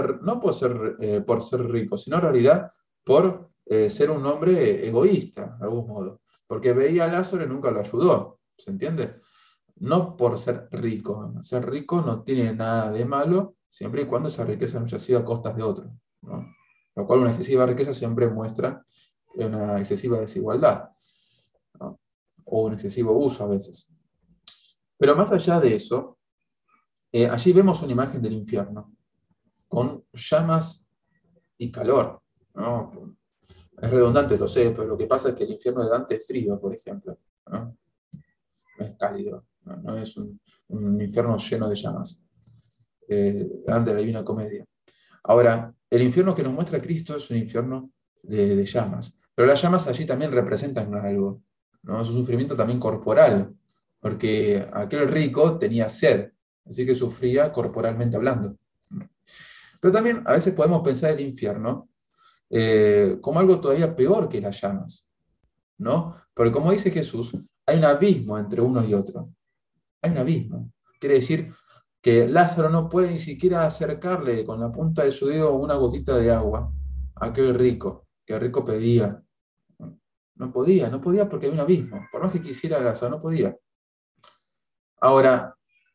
por ser rico, sino en realidad por ser un hombre egoísta, de algún modo, porque veía a Lázaro y nunca lo ayudó, ¿se entiende? No por ser rico no tiene nada de malo, siempre y cuando esa riqueza no haya sido a costas de otro, ¿no? Lo cual una excesiva riqueza siempre muestra una excesiva desigualdad, ¿no? O un excesivo uso a veces. Pero más allá de eso, allí vemos una imagen del infierno, con llamas y calor, ¿no? Es redundante, lo sé, pero lo que pasa es que el infierno de Dante es frío, por ejemplo, ¿no? No es cálido, no es un infierno lleno de llamas. Dante, la Divina Comedia. Ahora, el infierno que nos muestra Cristo es un infierno de llamas, pero las llamas allí también representan algo, ¿no? Es un sufrimiento también corporal, porque aquel rico tenía sed, así que sufría corporalmente hablando. Pero también a veces podemos pensar el infierno como algo todavía peor que las llamas, ¿no? Porque como dice Jesús, hay un abismo entre uno y otro. Hay un abismo. Quiere decir que Lázaro no puede ni siquiera acercarle con la punta de su dedo una gotita de agua a aquel rico, que el rico pedía. No podía porque había un abismo. Por más que quisiera Lázaro, no podía. Ahora,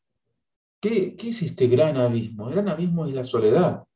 ¿qué es este gran abismo? El gran abismo es la soledad.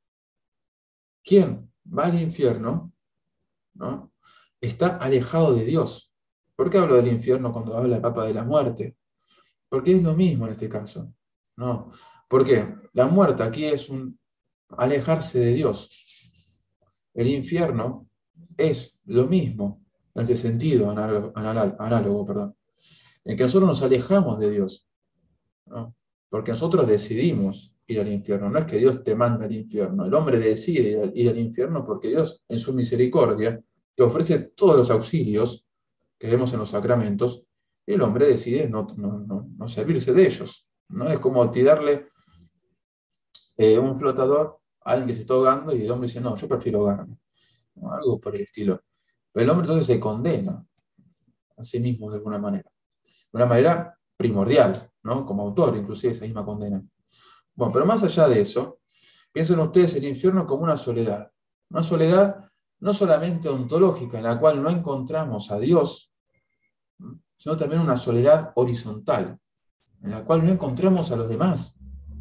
¿Quién va al infierno, ¿no? Está alejado de Dios. ¿Por qué hablo del infierno cuando habla el Papa de la muerte? Porque es lo mismo en este caso. No. ¿Por qué? La muerte aquí es un alejarse de Dios. El infierno es lo mismo, en este sentido, análogo, perdón, en que nosotros nos alejamos de Dios, ¿no? Porque nosotros decidimos ir al infierno, no es que Dios te manda al infierno, el hombre decide ir al infierno porque Dios, en su misericordia, te ofrece todos los auxilios que vemos en los sacramentos, y el hombre decide no servirse de ellos. ¿No? Es como tirarle un flotador a alguien que se está ahogando y el hombre dice, no, yo prefiero ahogarme, ¿no? Algo por el estilo. Pero el hombre entonces se condena a sí mismo de alguna manera. De una manera primordial, ¿no? Como autor, inclusive esa misma condena. Bueno, pero más allá de eso, piensen ustedes el infierno como una soledad no solamente ontológica, en la cual no encontramos a Dios, ¿no? Sino también una soledad horizontal, en la cual no encontramos a los demás.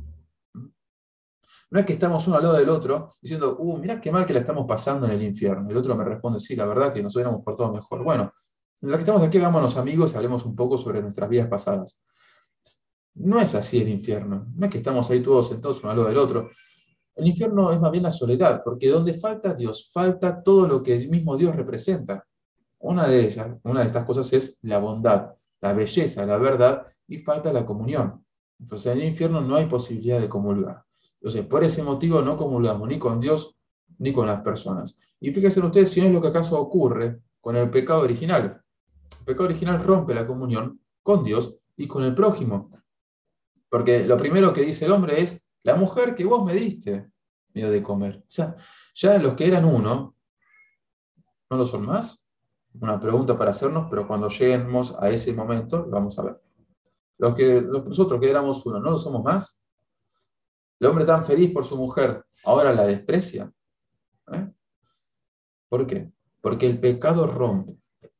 No es que estamos uno al lado del otro diciendo, mirá qué mal que la estamos pasando en el infierno. Y el otro me responde, sí, la verdad que nos hubiéramos portado mejor. Bueno, mientras que estamos aquí, hagámonos amigos y hablemos un poco sobre nuestras vidas pasadas. No es así el infierno. No es que estamos ahí todos sentados uno al lado del otro. El infierno es más bien la soledad, porque donde falta Dios, falta todo lo que el mismo Dios representa. Una de ellas, una de estas cosas es la bondad, la belleza, la verdad, y falta la comunión. Entonces en el infierno no hay posibilidad de comulgar. Entonces por ese motivo no comulgamos ni con Dios ni con las personas. Y fíjense ustedes si no es lo que acaso ocurre con el pecado original. El pecado original rompe la comunión con Dios y con el prójimo. Porque lo primero que dice el hombre es, la mujer que vos me diste, me dio de comer. O sea, ya los que eran uno, ¿no lo son más? Una pregunta para hacernos, pero cuando lleguemos a ese momento, lo vamos a ver. Nosotros que éramos uno, ¿no lo somos más? El hombre tan feliz por su mujer, ahora la desprecia. ¿Eh? ¿Por qué? Porque el pecado rompe.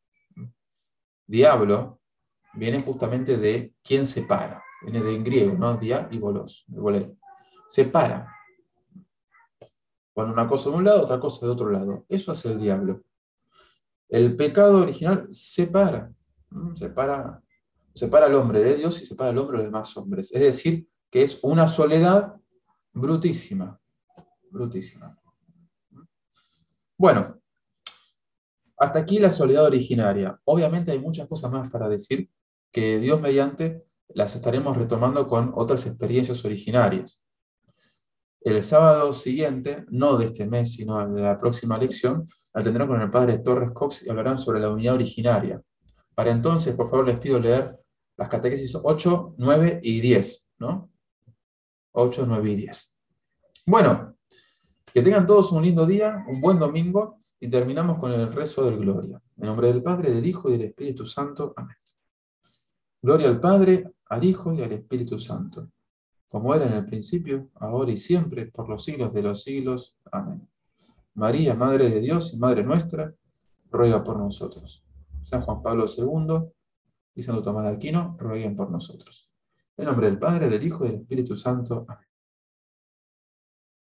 Diablo viene justamente de quien separa. Viene de en griego, ¿no? Dia y bolos. Separa. Pone una cosa de un lado, otra cosa de otro lado. Eso hace el diablo. El pecado original separa. Separa al hombre de Dios y separa al hombre de los demás hombres. Es decir, que es una soledad brutísima. Brutísima. Bueno, hasta aquí la soledad originaria. Obviamente hay muchas cosas más para decir que Dios mediante las estaremos retomando con otras experiencias originarias. El sábado siguiente, no de este mes, sino de la próxima lección, la tendrán con el padre Torres Cox y hablarán sobre la unidad originaria. Para entonces, por favor, les pido leer las catequesis 8, 9 y 10, ¿no? 8, 9 y 10. Bueno, que tengan todos un lindo día, un buen domingo, y terminamos con el rezo del Gloria. En nombre del Padre, del Hijo y del Espíritu Santo. Amén. Gloria al Padre, al Hijo y al Espíritu Santo, como era en el principio, ahora y siempre, por los siglos de los siglos. Amén. María, Madre de Dios y Madre nuestra, ruega por nosotros. San Juan Pablo II y Santo Tomás de Aquino, rueguen por nosotros. En nombre del Padre, del Hijo y del Espíritu Santo. Amén.